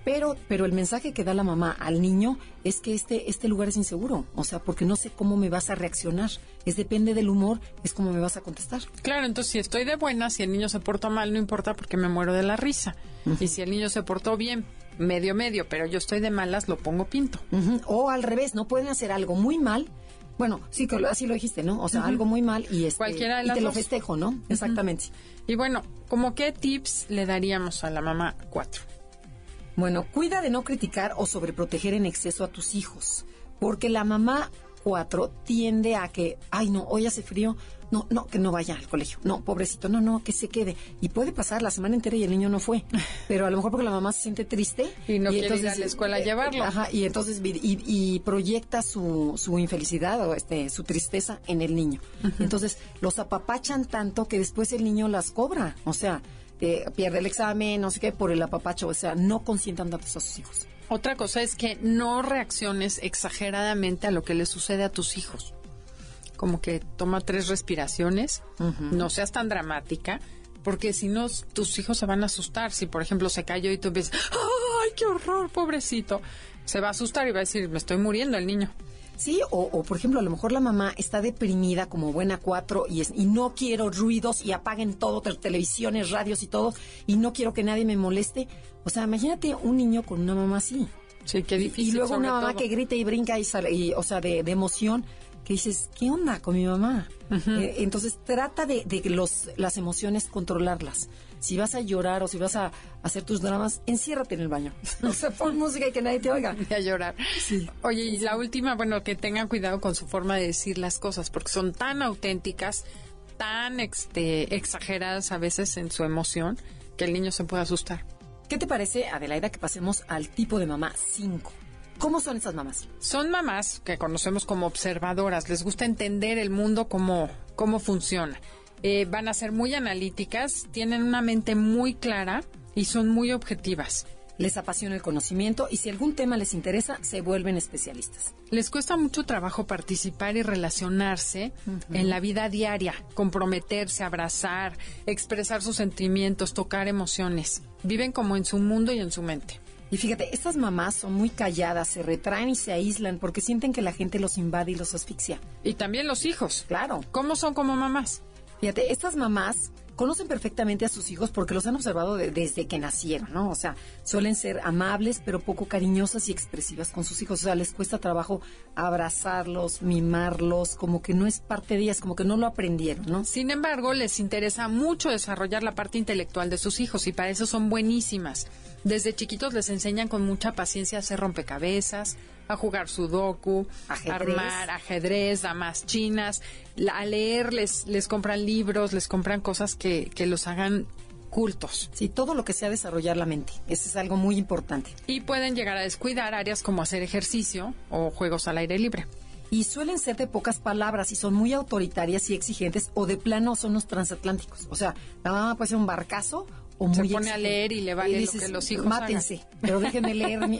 S2: Pero el mensaje que da la mamá al niño es que este lugar es inseguro, o sea, porque no sé cómo me vas a reaccionar. Depende del humor, es cómo me vas a contestar.
S3: Claro, entonces si estoy de buena, si el niño se portó mal, no importa porque me muero de la risa. Y si el niño se portó bien, medio, pero yo estoy de malas, lo pongo pinto.
S2: O al revés, no pueden hacer algo muy mal. Bueno, sí, que así lo dijiste, ¿no? O sea, algo muy mal y
S3: cualquiera de
S2: y
S3: las
S2: te lo
S3: dos.
S2: festejo, ¿no? Exactamente.
S3: Y bueno, ¿cómo qué tips le daríamos a la mamá 4?
S2: Bueno, cuida de no criticar o sobreproteger en exceso a tus hijos, porque la mamá 4 tiende a que, ay no, hoy hace frío, no, que no vaya al colegio, no, pobrecito, no, que se quede. Y puede pasar la semana entera y el niño no fue, pero a lo mejor porque la mamá se siente triste.
S3: Y no quiere ir a la escuela a llevarlo.
S2: Y entonces y proyecta su infelicidad o su tristeza en el niño. Entonces los apapachan tanto que después el niño las cobra, o sea, pierde el examen, no sé qué, por el apapacho, o sea, no consientan tanto a sus hijos.
S3: Otra cosa es que no reacciones exageradamente a lo que le sucede a tus hijos. Como que toma 3 respiraciones, no seas tan dramática, porque si no, tus hijos se van a asustar. Si, por ejemplo, se cayó y tú empiezas, ¡ay, qué horror, pobrecito! Se va a asustar y va a decir, me estoy muriendo el niño.
S2: Sí, o por ejemplo, a lo mejor la mamá está deprimida como buena 4 y no quiero ruidos y apaguen todo, televisiones, radios y todo, y no quiero que nadie me moleste. O sea, imagínate un niño con una mamá así.
S3: Sí, qué difícil.
S2: Y luego una mamá
S3: todo.
S2: que grita y brinca y o sea, de emoción, que dices, ¿qué onda con mi mamá? Entonces trata de las emociones controlarlas. Si vas a llorar o si vas a hacer tus dramas, enciérrate en el baño. O sea, pon música y que nadie te oiga.
S3: Y a llorar.
S2: Sí.
S3: Oye, y la última, bueno, que tengan cuidado con su forma de decir las cosas, porque son tan auténticas, tan exageradas a veces en su emoción, que el niño se puede asustar.
S2: ¿Qué te parece, Adelaida, que pasemos al tipo de mamá 5? ¿Cómo son esas mamás?
S3: Son mamás que conocemos como observadoras. Les gusta entender el mundo, cómo funciona. Van a ser muy analíticas, tienen una mente muy clara y son muy objetivas.
S2: Les apasiona el conocimiento y si algún tema les interesa, se vuelven especialistas.
S3: Les cuesta mucho trabajo participar y relacionarse en la vida diaria, comprometerse, abrazar, expresar sus sentimientos, tocar emociones. Viven como en su mundo y en su mente.
S2: Y fíjate, estas mamás son muy calladas, se retraen y se aíslan porque sienten que la gente los invade y los asfixia.
S3: Y también los hijos.
S2: Claro.
S3: ¿Cómo son como mamás?
S2: Fíjate, estas mamás conocen perfectamente a sus hijos porque los han observado desde que nacieron, ¿no? O sea, suelen ser amables, pero poco cariñosas y expresivas con sus hijos. O sea, les cuesta trabajo abrazarlos, mimarlos, como que no es parte de ellas, como que no lo aprendieron, ¿no?
S3: Sin embargo, les interesa mucho desarrollar la parte intelectual de sus hijos y para eso son buenísimas. Desde chiquitos les enseñan con mucha paciencia a hacer rompecabezas, a jugar sudoku, a armar ajedrez, damas chinas, a leer, les compran libros, les compran cosas que los hagan cultos.
S2: Sí, todo lo que sea desarrollar la mente, eso es algo muy importante.
S3: Y pueden llegar a descuidar áreas como hacer ejercicio o juegos al aire libre.
S2: Y suelen ser de pocas palabras y son muy autoritarias y exigentes o de plano son los transatlánticos. O sea, la mamá puede ser un barcazo o muy
S3: se pone
S2: exigente.
S3: a leer y le vale
S2: dices,
S3: lo que los hijos
S2: mátense,
S3: hagan.
S2: Pero déjenme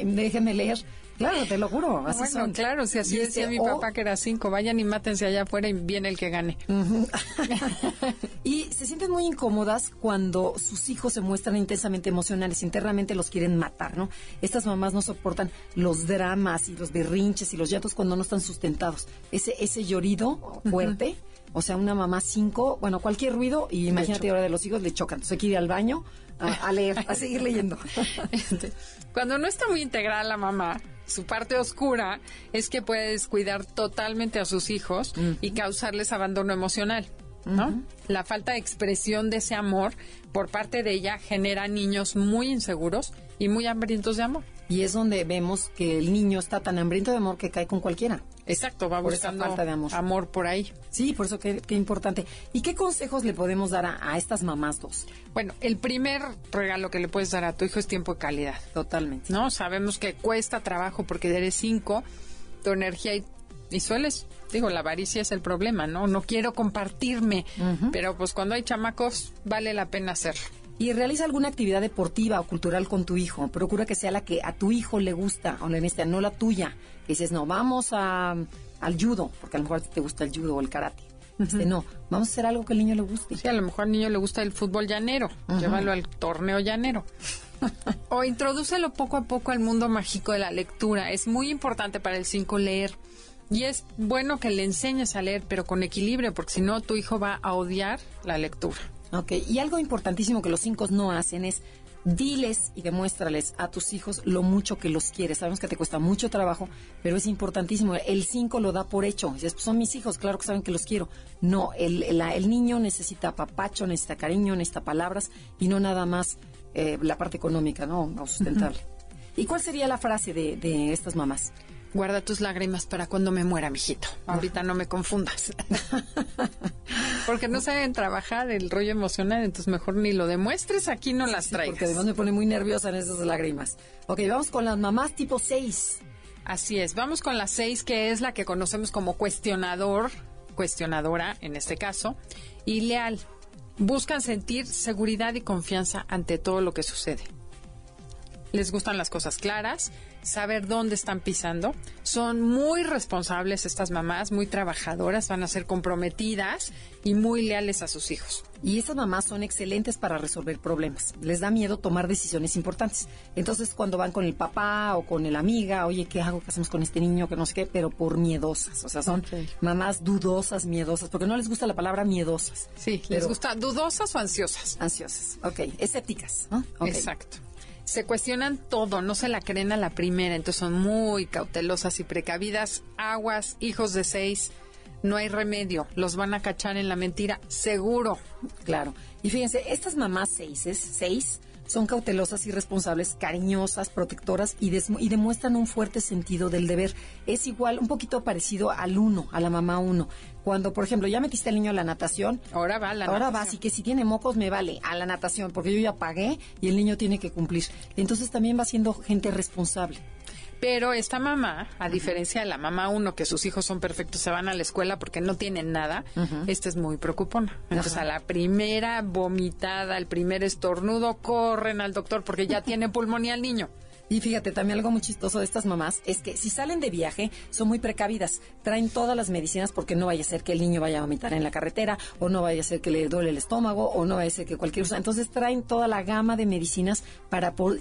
S2: leer. Claro, te lo juro, así
S3: bueno,
S2: son.
S3: claro, si así decía mi papá que era 5, vayan y mátense allá afuera y viene el que gane.
S2: Y se sienten muy incómodas cuando sus hijos se muestran intensamente emocionales, internamente los quieren matar, ¿no? Estas mamás no soportan los dramas y los berrinches y los llantos cuando no están sustentados. Ese llorido fuerte, o sea, una mamá 5, bueno, cualquier ruido, y imagínate ahora de los hijos le chocan. Entonces hay que ir al baño a leer, a seguir leyendo.
S3: Cuando no está muy integrada la mamá, su parte oscura es que puede descuidar totalmente a sus hijos y causarles abandono emocional, ¿no? La falta de expresión de ese amor por parte de ella genera niños muy inseguros y muy hambrientos de amor.
S2: Y es donde vemos que el niño está tan hambriento de amor que cae con cualquiera.
S3: Exacto, va
S2: por esa
S3: buscando
S2: falta de amor
S3: por ahí.
S2: Sí, por eso qué importante. ¿Y qué consejos le podemos dar a estas mamás 2?
S3: Bueno, el primer regalo que le puedes dar a tu hijo es tiempo de calidad.
S2: Totalmente.
S3: ¿No? Sabemos que cuesta trabajo porque eres 5, tu energía y sueles, la avaricia es el problema, ¿no? No quiero compartirme, pero pues cuando hay chamacos vale la pena hacerlo.
S2: Y realiza alguna actividad deportiva o cultural con tu hijo. Procura que sea la que a tu hijo le gusta o le necesita, no la tuya. Que dices, no, vamos al judo, porque a lo mejor te gusta el judo o el karate. No, vamos a hacer algo que al niño le guste.
S3: Sí, a lo mejor al niño le gusta el fútbol llanero. Llévalo al torneo llanero. O introdúcelo poco a poco al mundo mágico de la lectura. Es muy importante para el 5 leer. Y es bueno que le enseñes a leer, pero con equilibrio, porque si no, tu hijo va a odiar la lectura.
S2: Ok, y algo importantísimo que los 5 no hacen es diles y demuéstrales a tus hijos lo mucho que los quieres. Sabemos que te cuesta mucho trabajo, pero es importantísimo. El 5 lo da por hecho. Dices, pues son mis hijos, claro que saben que los quiero. No, el niño necesita apapacho, necesita cariño, necesita palabras y no nada más la parte económica, ¿no? Sustentable. ¿Y cuál sería la frase de estas mamás?
S3: Guarda tus lágrimas para cuando me muera, mijito. Ahorita no me confundas. Porque no saben trabajar el rollo emocional, entonces mejor ni lo demuestres, aquí no las traigas.
S2: Porque además me pone muy nerviosa en esas lágrimas. Ok, vamos con las mamás tipo 6.
S3: Así es, vamos con la 6, que es la que conocemos como cuestionadora en este caso, y leal. Buscan sentir seguridad y confianza ante todo lo que sucede. Les gustan las cosas claras, saber dónde están pisando. Son muy responsables estas mamás, muy trabajadoras, van a ser comprometidas y muy leales a sus hijos.
S2: Y esas mamás son excelentes para resolver problemas. Les da miedo tomar decisiones importantes. Entonces, cuando van con el papá o con la amiga, oye, ¿qué hago? ¿Qué hacemos con este niño? Que no sé qué, pero por miedosas. O sea, son mamás dudosas, miedosas, porque no les gusta la palabra miedosas.
S3: Sí, les gusta dudosas o ansiosas.
S2: Ansiosas, ok. Escépticas, ¿no? Okay.
S3: Exacto. Se cuestionan todo, no se la creen a la primera, entonces son muy cautelosas y precavidas. Aguas, hijos de 6, no hay remedio, los van a cachar en la mentira, seguro.
S2: Claro. Y fíjense, estas mamás 6 son cautelosas y responsables, cariñosas, protectoras y demuestran un fuerte sentido del deber. Es igual, un poquito parecido al 1, a la mamá 1. Cuando, por ejemplo, ya metiste al niño a la natación.
S3: Ahora va a la
S2: natación.
S3: Ahora va,
S2: así que si tiene mocos me vale, a la natación, porque yo ya pagué y el niño tiene que cumplir. Entonces también va siendo gente responsable.
S3: Pero esta mamá, a diferencia de la mamá 1, que sus hijos son perfectos, se van a la escuela porque no tienen nada, esta es muy preocupona. Entonces, a la primera vomitada, al primer estornudo, corren al doctor porque ya tiene pulmonía el niño.
S2: Y fíjate, también algo muy chistoso de estas mamás es que si salen de viaje, son muy precavidas. Traen todas las medicinas porque no vaya a ser que el niño vaya a vomitar en la carretera, o no vaya a ser que le duele el estómago, o no vaya a ser que cualquier cosa. Entonces traen toda la gama de medicinas para por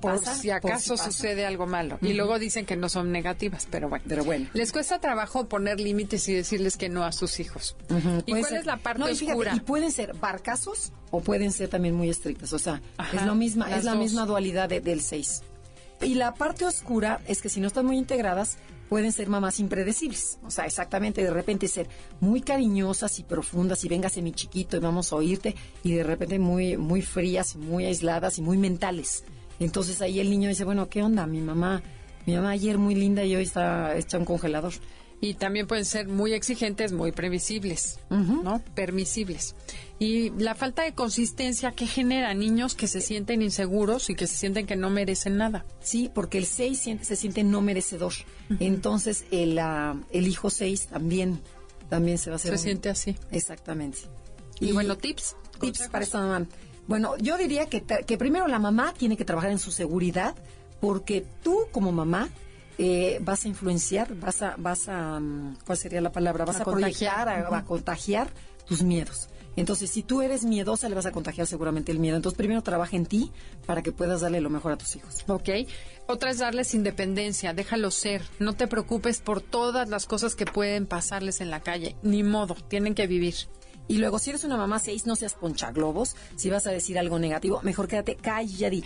S2: si
S3: acaso sucede algo malo. Y luego dicen que no son negativas, pero bueno. Les cuesta trabajo poner límites y decirles que no a sus hijos. ¿Y cuál es la parte oscura?
S2: Y pueden ser barcazos o pueden ser también muy estrictas. O sea, es la misma dualidad del 6. Y la parte oscura es que si no están muy integradas, pueden ser mamás impredecibles. O sea, exactamente, de repente ser muy cariñosas y profundas y véngase mi chiquito y vamos a oírte, y de repente muy, muy frías y muy aisladas y muy mentales. Entonces ahí el niño dice, bueno, ¿qué onda? Mi mamá ayer muy linda y hoy está hecha un congelador.
S3: Y también pueden ser muy exigentes, muy previsibles, ¿no? Permisibles. Y la falta de consistencia que genera niños que se sienten inseguros y que se sienten que no merecen nada.
S2: Sí, porque el 6 se siente no merecedor. Entonces el hijo 6 también se va a hacer.
S3: Se siente así.
S2: Exactamente.
S3: Y bueno, tips
S2: para esta mamá. Bueno, yo diría que primero la mamá tiene que trabajar en su seguridad, porque tú como mamá vas a influenciar, vas a ¿cuál sería la palabra? Vas a proyectar, a contagiar tus miedos. Entonces, si tú eres miedosa, le vas a contagiar seguramente el miedo. Entonces, primero trabaja en ti para que puedas darle lo mejor a tus hijos.
S3: Ok. Otra es darles independencia, déjalos ser. No te preocupes por todas las cosas que pueden pasarles en la calle. Ni modo, tienen que vivir.
S2: Y luego, si eres una mamá 6, no seas ponchaglobos. Si vas a decir algo negativo, mejor quédate calladita.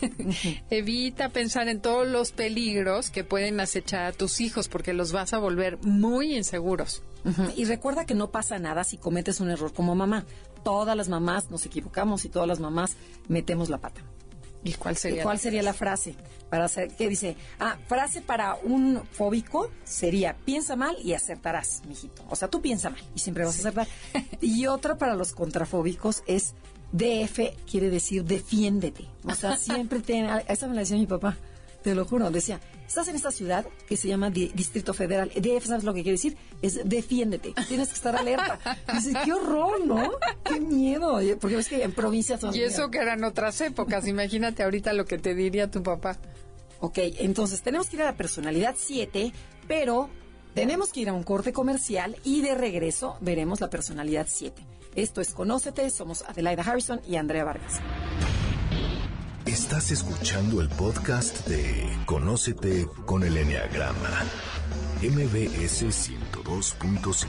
S3: Evita pensar en todos los peligros que pueden acechar a tus hijos, porque los vas a volver muy inseguros.
S2: Y recuerda que no pasa nada si cometes un error como mamá. Todas las mamás nos equivocamos y todas las mamás metemos la pata.
S3: ¿Y cuál sería
S2: la frase? ¿Qué dice? Frase para un fóbico sería: piensa mal y acertarás, mijito. O sea, tú piensa mal y siempre vas a acertar. Y otra para los contrafóbicos es DF, quiere decir defiéndete. O sea, siempre esa me la decía mi papá, te lo juro. Decía, estás en esta ciudad que se llama Distrito Federal. DF, ¿sabes lo que quiere decir? Es defiéndete. Tienes que estar alerta. Dices, qué horror, ¿no? Qué miedo. Porque ves que en provincias son...
S3: Y eso que eran otras épocas. Imagínate ahorita lo que te diría tu papá.
S2: Ok, entonces tenemos que ir a la personalidad 7, pero tenemos que ir a un corte comercial y de regreso veremos la personalidad 7. Esto es Conócete. Somos Adelaida Harrison y Andrea Vargas.
S1: Estás escuchando el podcast de Conócete con el Eneagrama, MBS 102.5.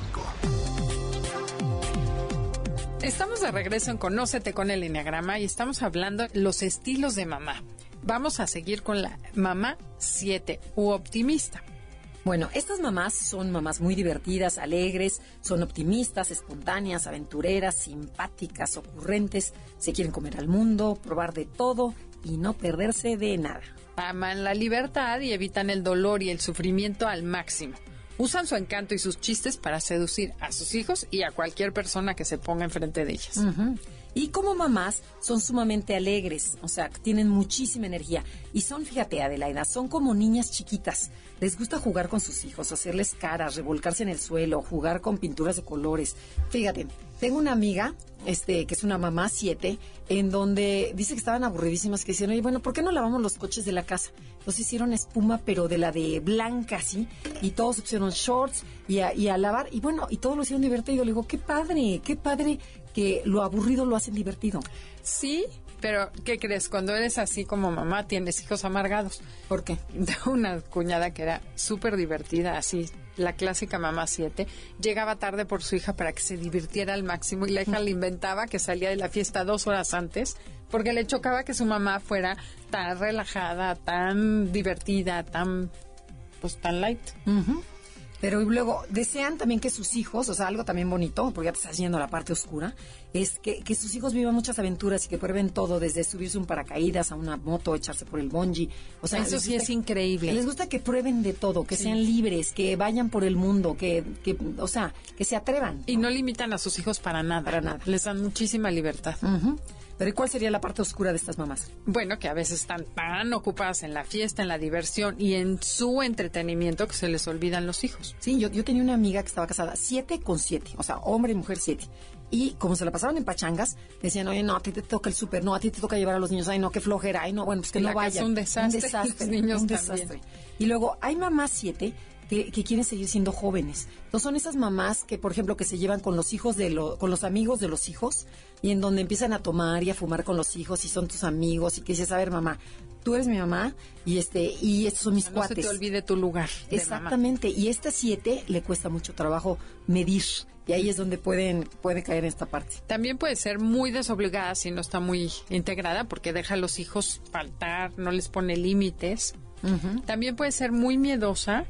S3: Estamos de regreso en Conócete con el Eneagrama y estamos hablando de los estilos de mamá. Vamos a seguir con la mamá 7 u optimista.
S2: Bueno, estas mamás son mamás muy divertidas, alegres, son optimistas, espontáneas, aventureras, simpáticas, ocurrentes, se quieren comer al mundo, probar de todo y no perderse de nada.
S3: Aman la libertad y evitan el dolor y el sufrimiento al máximo. Usan su encanto y sus chistes para seducir a sus hijos y a cualquier persona que se ponga enfrente de ellas.
S2: Uh-huh. Y como mamás son sumamente alegres, o sea, tienen muchísima energía. Y son, fíjate, Adelaida, son como niñas chiquitas. Les gusta jugar con sus hijos, hacerles caras, revolcarse en el suelo, jugar con pinturas de colores. Fíjate, tengo una amiga, que es una mamá 7, en donde dice que estaban aburridísimas, que decían, oye, bueno, ¿por qué no lavamos los coches de la casa? Entonces hicieron espuma, pero de la de blanca, ¿sí? Y todos se pusieron shorts y a lavar, y bueno, y todos lo hicieron divertido. Le digo, qué padre que lo aburrido lo hacen divertido.
S3: Sí, pero ¿qué crees? Cuando eres así como mamá, tienes hijos amargados.
S2: ¿Por qué?
S3: Tengo una cuñada que era súper divertida, así, la clásica mamá 7. Llegaba tarde por su hija para que se divirtiera al máximo y la hija le inventaba que salía de la fiesta 2 horas antes porque le chocaba que su mamá fuera tan relajada, tan divertida, tan light.
S2: Uh-huh. Pero luego desean también que sus hijos, o sea, algo también bonito, porque ya te estás yendo a la parte oscura, es que sus hijos vivan muchas aventuras y que prueben todo, desde subirse un paracaídas a una moto, echarse por el bungee. O sea,
S3: eso sí es increíble.
S2: Les gusta que prueben de todo, que sean libres, que vayan por el mundo, que se atrevan.
S3: Y no limitan a sus hijos para nada.
S2: Para nada.
S3: Les dan muchísima libertad.
S2: Uh-huh. Pero ¿y cuál sería la parte oscura de estas mamás?
S3: Bueno, que a veces están tan ocupadas en la fiesta, en la diversión y en su entretenimiento que se les olvidan los hijos.
S2: Sí, yo tenía una amiga que estaba casada 7 con 7, o sea, hombre y mujer 7. Y como se la pasaban en pachangas, decían, oye, no, a ti te toca el súper, no, a ti te toca llevar a los niños, ay, no, qué flojera, ay, no, bueno, pues que no vayan.
S3: Es un desastre.
S2: Los niños un desastre. Y luego hay mamás 7 que quieren seguir siendo jóvenes. Entonces son esas mamás que, por ejemplo, que se llevan con los hijos con los amigos de los hijos y en donde empiezan a tomar y a fumar con los hijos y son tus amigos y que dices, a ver, mamá, tú eres mi mamá y estos son mis cuates.
S3: No se te olvide tu lugar.
S2: Exactamente. Y esta 7 le cuesta mucho trabajo medir y ahí es donde puede caer en esta parte.
S3: También puede ser muy desobligada si no está muy integrada porque deja a los hijos faltar, no les pone límites. Uh-huh. También puede ser muy miedosa.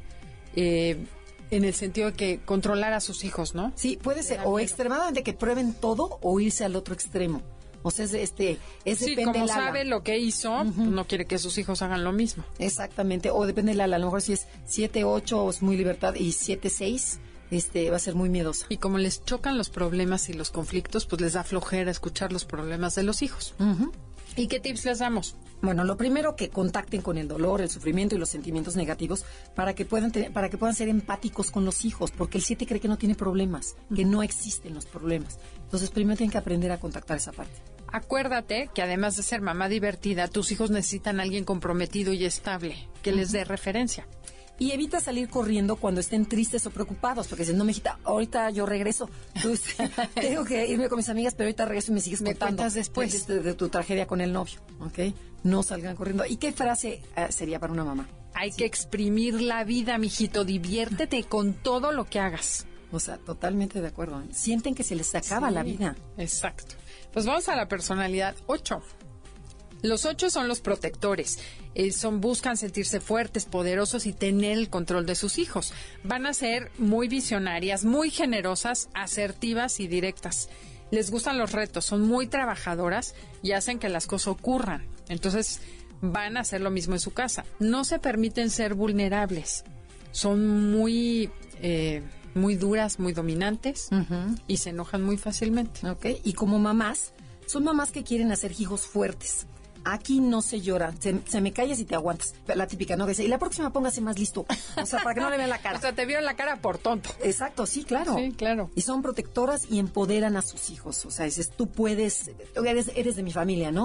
S3: En el sentido de que controlar a sus hijos, ¿no?
S2: Sí, puede ser o extremadamente que prueben todo o irse al otro extremo. O sea, es
S3: sí,
S2: depende
S3: como
S2: del ala.
S3: sabe lo que hizo, uh-huh. No quiere que sus hijos hagan lo mismo.
S2: Exactamente, o depende del ala. A lo mejor si es 7-8 es muy libertad y 7-6 va a ser muy miedosa.
S3: Y como les chocan los problemas y los conflictos, pues les da flojera escuchar los problemas de los hijos.
S2: Uh-huh.
S3: ¿Y qué tips les damos?
S2: Bueno, lo primero, que contacten con el dolor, el sufrimiento y los sentimientos negativos para que puedan ser empáticos con los hijos, porque el 7 cree que no tiene problemas, que no existen los problemas. Entonces, primero tienen que aprender a contactar esa parte.
S3: Acuérdate que además de ser mamá divertida, tus hijos necesitan a alguien comprometido y estable, que les dé referencia.
S2: Y evita salir corriendo cuando estén tristes o preocupados, porque dicen, no, mijita, ahorita yo regreso. Tengo que irme con mis amigas, pero ahorita regreso y me sigues contando.
S3: Me cuentas después.
S2: De tu tragedia con el novio, ¿ok? No salgan corriendo. ¿Y qué frase sería para una mamá?
S3: Hay que exprimir la vida, mijito, diviértete con todo lo que hagas.
S2: O sea, totalmente de acuerdo. Sienten que se les acaba la vida.
S3: Exacto. Pues vamos a la personalidad 8. Los 8 son los protectores. Buscan sentirse fuertes, poderosos y tener el control de sus hijos. Van a ser muy visionarias, muy generosas, asertivas y directas. Les gustan los retos, son muy trabajadoras y hacen que las cosas ocurran. Entonces, van a hacer lo mismo en su casa. No se permiten ser vulnerables. Son muy duras, muy dominantes, uh-huh. Y se enojan muy fácilmente.
S2: Okay. Y como mamás, son mamás que quieren hacer hijos fuertes. Aquí no se llora, se me callas y te aguantas. La típica, ¿no? Que dice, y la próxima póngase más listo. O sea, para que no le vean la cara.
S3: O sea, te vieron la cara por tonto.
S2: Exacto, sí, claro.
S3: Sí, claro.
S2: Y son protectoras y empoderan a sus hijos. O sea, dices, tú puedes, eres de mi familia, ¿no?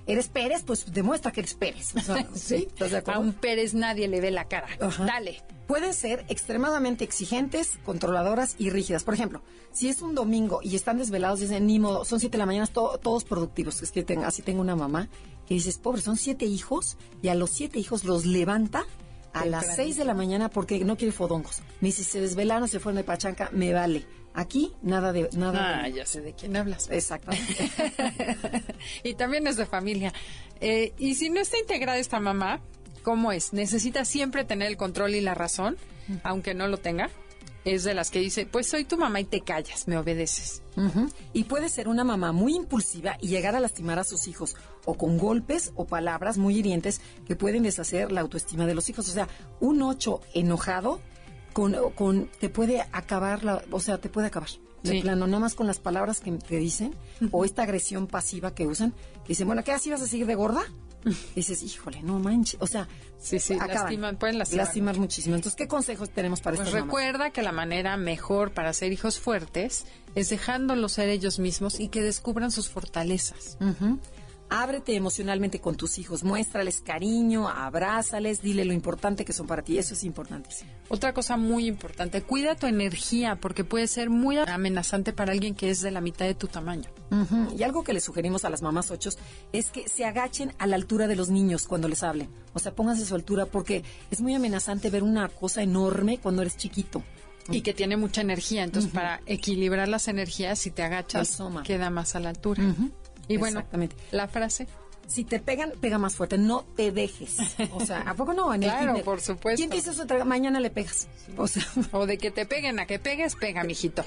S2: ¿eres Pérez? Pues demuestra que eres Pérez. O sea, ¿sí? ¿Estás de acuerdo?
S3: A un Pérez nadie le ve la cara.
S2: Ajá.
S3: Dale.
S2: Pueden ser extremadamente exigentes, controladoras y rígidas. Por ejemplo, si es un domingo y están desvelados, dicen, ni modo, son 7 de la mañana, todos productivos. Es que así tengo una mamá que dices, pobre, son 7 hijos y a los 7 hijos los levanta a las 6 de la mañana porque no quiere fodongos. Me dice, se desvelaron, se fueron de pachanca, me vale. Aquí, nada de...
S3: Ya sé de quién hablas.
S2: Exactamente.
S3: Y también es de familia. Y si no está integrada esta mamá, ¿cómo es? ¿Necesita siempre tener el control y la razón, aunque no lo tenga? Es de las que dice, pues soy tu mamá y te callas, me obedeces.
S2: Uh-huh. Y puede ser una mamá muy impulsiva y llegar a lastimar a sus hijos, o con golpes o palabras muy hirientes que pueden deshacer la autoestima de los hijos. O sea, un 8 enojado te puede acabar, te puede acabar. De
S3: Sí.
S2: plano, nada más con las palabras que te dicen, o esta agresión pasiva que usan, que dicen, bueno, ¿qué así vas a seguir de gorda? Y dices, híjole, no manches. O sea,
S3: Sí,
S2: acaban.
S3: pueden lastimar
S2: Muchísimo. Entonces, ¿qué consejos tenemos para
S3: Pues
S2: estas mamás?
S3: recuerda que la manera mejor para ser hijos fuertes es dejándolos ser ellos mismos y que descubran sus fortalezas.
S2: Ujú. Ábrete emocionalmente con tus hijos, muéstrales cariño, abrázales, dile lo importante que son para ti. Eso es importantísimo.
S3: Otra cosa muy importante, cuida tu energía porque puede ser muy amenazante para alguien que es de la mitad de tu tamaño.
S2: Ujú. Y algo que le sugerimos a las mamás 8 es que se agachen a la altura de los niños cuando les hablen. O sea, pónganse a su altura porque es muy amenazante ver una cosa enorme cuando eres chiquito.
S3: Y que tiene mucha energía, entonces para equilibrar las energías, si te agachas,
S2: Asoma.
S3: queda más a la altura.
S2: Ujú.
S3: Y bueno,
S2: Exactamente.
S3: la frase.
S2: Si te pegan, pega más fuerte, no te dejes. O sea, ¿a poco no? En el
S3: Claro,
S2: kinder.
S3: por supuesto.
S2: ¿Quién te hizo eso? Mañana le pegas. O sea,
S3: O de que te peguen a que pegues, pega, mijito.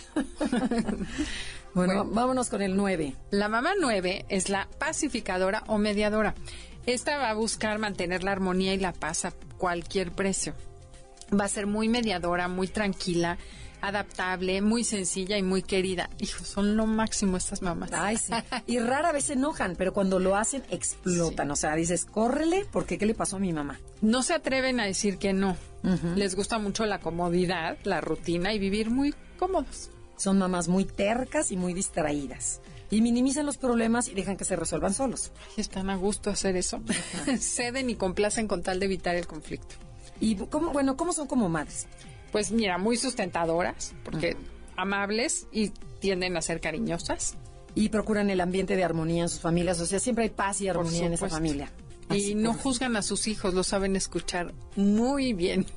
S2: Bueno, vámonos con el 9.
S3: La mamá 9 es la pacificadora o mediadora. Esta va a buscar mantener la armonía y la paz a cualquier precio. Va a ser muy mediadora, muy tranquila, adaptable, muy sencilla y muy querida. Hijo, son lo máximo estas mamás.
S2: Ay, sí. Y rara vez se enojan, pero cuando lo hacen, explotan.
S3: Sí.
S2: O sea, dices, córrele, porque ¿qué le pasó a mi mamá?
S3: No se atreven a decir que no. Les gusta mucho la comodidad, la rutina y vivir muy cómodos.
S2: Son mamás muy tercas y muy distraídas. Y minimizan los problemas y dejan que se resuelvan solos.
S3: Ay, están a gusto hacer eso. Ceden y complacen con tal de evitar el conflicto.
S2: Y ¿cómo son como madres?
S3: Pues mira, muy sustentadoras, porque amables y tienden a ser cariñosas.
S2: Y procuran el ambiente de armonía en sus familias. O sea, siempre hay paz y armonía en esa
S3: supuesto.
S2: familia.
S3: Y
S2: Así
S3: no
S2: como-
S3: juzgan a sus hijos, lo saben escuchar muy bien.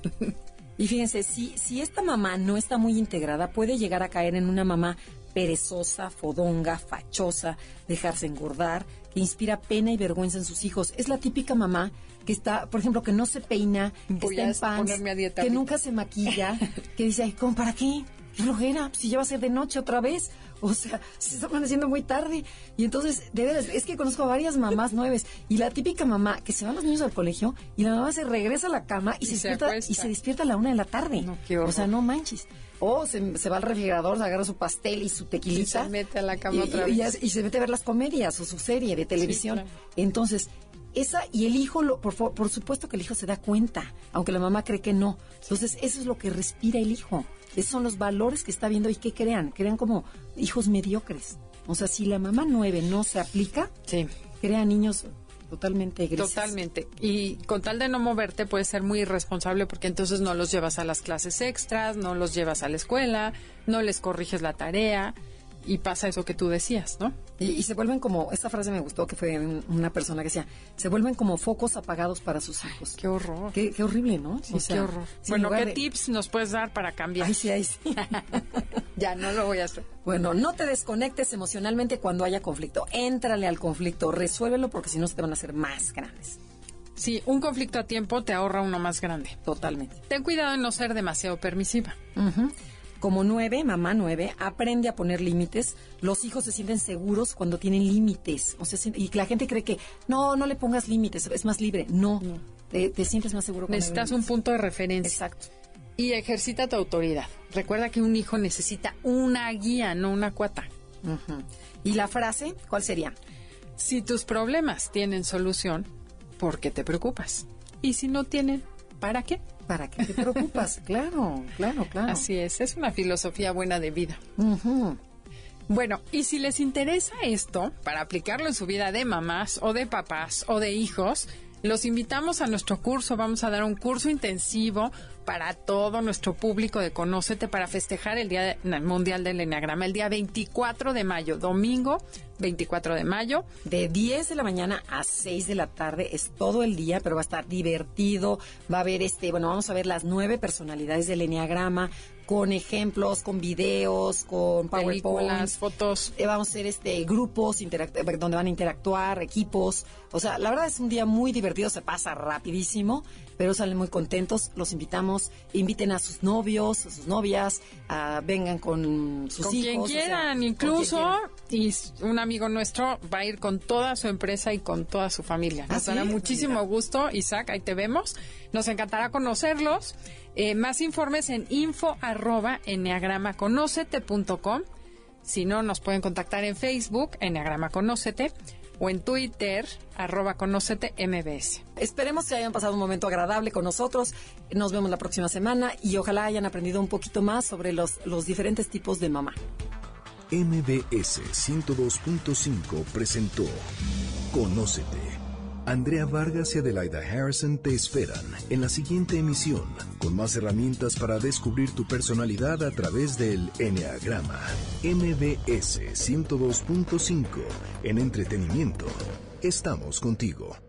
S2: Y fíjense, si esta mamá no está muy integrada, puede llegar a caer en una mamá perezosa, fodonga, fachosa, dejarse engordar, que inspira pena y vergüenza en sus hijos. Es la típica mamá que está, por ejemplo, que no se peina, que
S3: Voy
S2: está
S3: a
S2: en
S3: ponerme a dieta
S2: que
S3: ahorita.
S2: nunca se maquilla, que dice, ay, ¿cómo, para qué? ¡Qué flojera! Si ya va a ser de noche otra vez. O sea, se está amaneciendo muy tarde. Y entonces, de veras, es que conozco a varias mamás 9. Y la típica mamá que se van los niños al colegio y la mamá se regresa a la cama y,
S3: Y se
S2: despierta,
S3: acuesta.
S2: y se despierta a la 1 de la tarde.
S3: No, qué horror.
S2: O sea, no manches. O se va al refrigerador, se agarra su pastel y su tequilita.
S3: Y se mete a la cama otra vez.
S2: Y se mete a ver las comedias o su serie de televisión.
S3: claro.
S2: Entonces, y el hijo, por supuesto que el hijo se da cuenta, aunque la mamá cree que no. Entonces, eso es lo que respira el hijo. Esos son los valores que está viendo y que crean como hijos mediocres. O sea, si la mamá 9 no se aplica,
S3: Sí.
S2: crea niños totalmente grises.
S3: Totalmente. Y con tal de no moverte puedes ser muy irresponsable porque entonces no los llevas a las clases extras, no los llevas a la escuela, no les corriges la tarea y pasa eso que tú decías, ¿no?
S2: Y se vuelven como, esta frase me gustó, que fue de una persona que decía, se vuelven como focos apagados para sus hijos.
S3: Qué horror.
S2: Qué horrible, ¿no?
S3: Sí,
S2: O sea,
S3: qué horror.
S2: sí, en
S3: Bueno,
S2: lugar
S3: ¿qué
S2: de-
S3: tips nos puedes dar para cambiar?
S2: Ay, sí, ay, sí.
S3: Ya, no lo voy a hacer.
S2: Bueno, no te desconectes emocionalmente cuando haya conflicto. Éntrale al conflicto, resuélvelo porque si no se te van a hacer más grandes.
S3: Sí, un conflicto a tiempo te ahorra uno más grande.
S2: Totalmente.
S3: Ten cuidado en no ser demasiado permisiva.
S2: Ujú. Como 9, mamá 9, aprende a poner límites. Los hijos se sienten seguros cuando tienen límites. O sea, y la gente cree que no le pongas límites, es más libre. No. Te sientes más seguro. cuando hay
S3: Necesitas un
S2: límites.
S3: punto de referencia.
S2: Exacto.
S3: Y ejercita tu autoridad. Recuerda que un hijo necesita una guía, no una cuata.
S2: Ujú. ¿Y la frase cuál sería?
S3: Si tus problemas tienen solución, ¿por qué te preocupas? Y si no tienen, ¿para qué?
S2: ¿Para qué te preocupas? Claro.
S3: Así es una filosofía buena de vida.
S2: Ujú.
S3: Bueno, y si les interesa esto, para aplicarlo en su vida de mamás o de papás o de hijos, los invitamos a nuestro curso. Vamos a dar un curso intensivo para todo nuestro público de Conócete para festejar el Día Mundial del Eneagrama, el día 24 de mayo, domingo 24 de mayo.
S2: De 10 de la mañana a 6 de la tarde es todo el día, pero va a estar divertido. Va a haber vamos a ver las 9 personalidades del Eneagrama, con ejemplos, con videos, con PowerPoint,
S3: películas, fotos.
S2: Vamos a hacer grupos donde van a interactuar, equipos. O sea, la verdad es un día muy divertido, se pasa rapidísimo, pero salen muy contentos. Los inviten a sus novios, a sus novias, vengan con sus
S3: con
S2: hijos.
S3: Quien quieran, incluso, y un amigo nuestro va a ir con toda su empresa y con toda su familia. Nos dará muchísimo gusto, Isaac, ahí te vemos. Nos encantará conocerlos. Más informes en info@enneagramaconocete.com. Si no, nos pueden contactar en Facebook, Enneagrama Conócete, o en Twitter, @ConóceteMBS.
S2: Esperemos que hayan pasado un momento agradable con nosotros. Nos vemos la próxima semana y ojalá hayan aprendido un poquito más sobre los diferentes tipos de mamá.
S1: MBS 102.5 presentó Conócete. Andrea Vargas y Adelaida Harrison te esperan en la siguiente emisión con más herramientas para descubrir tu personalidad a través del Enneagrama. MBS 102.5 en entretenimiento. Estamos contigo.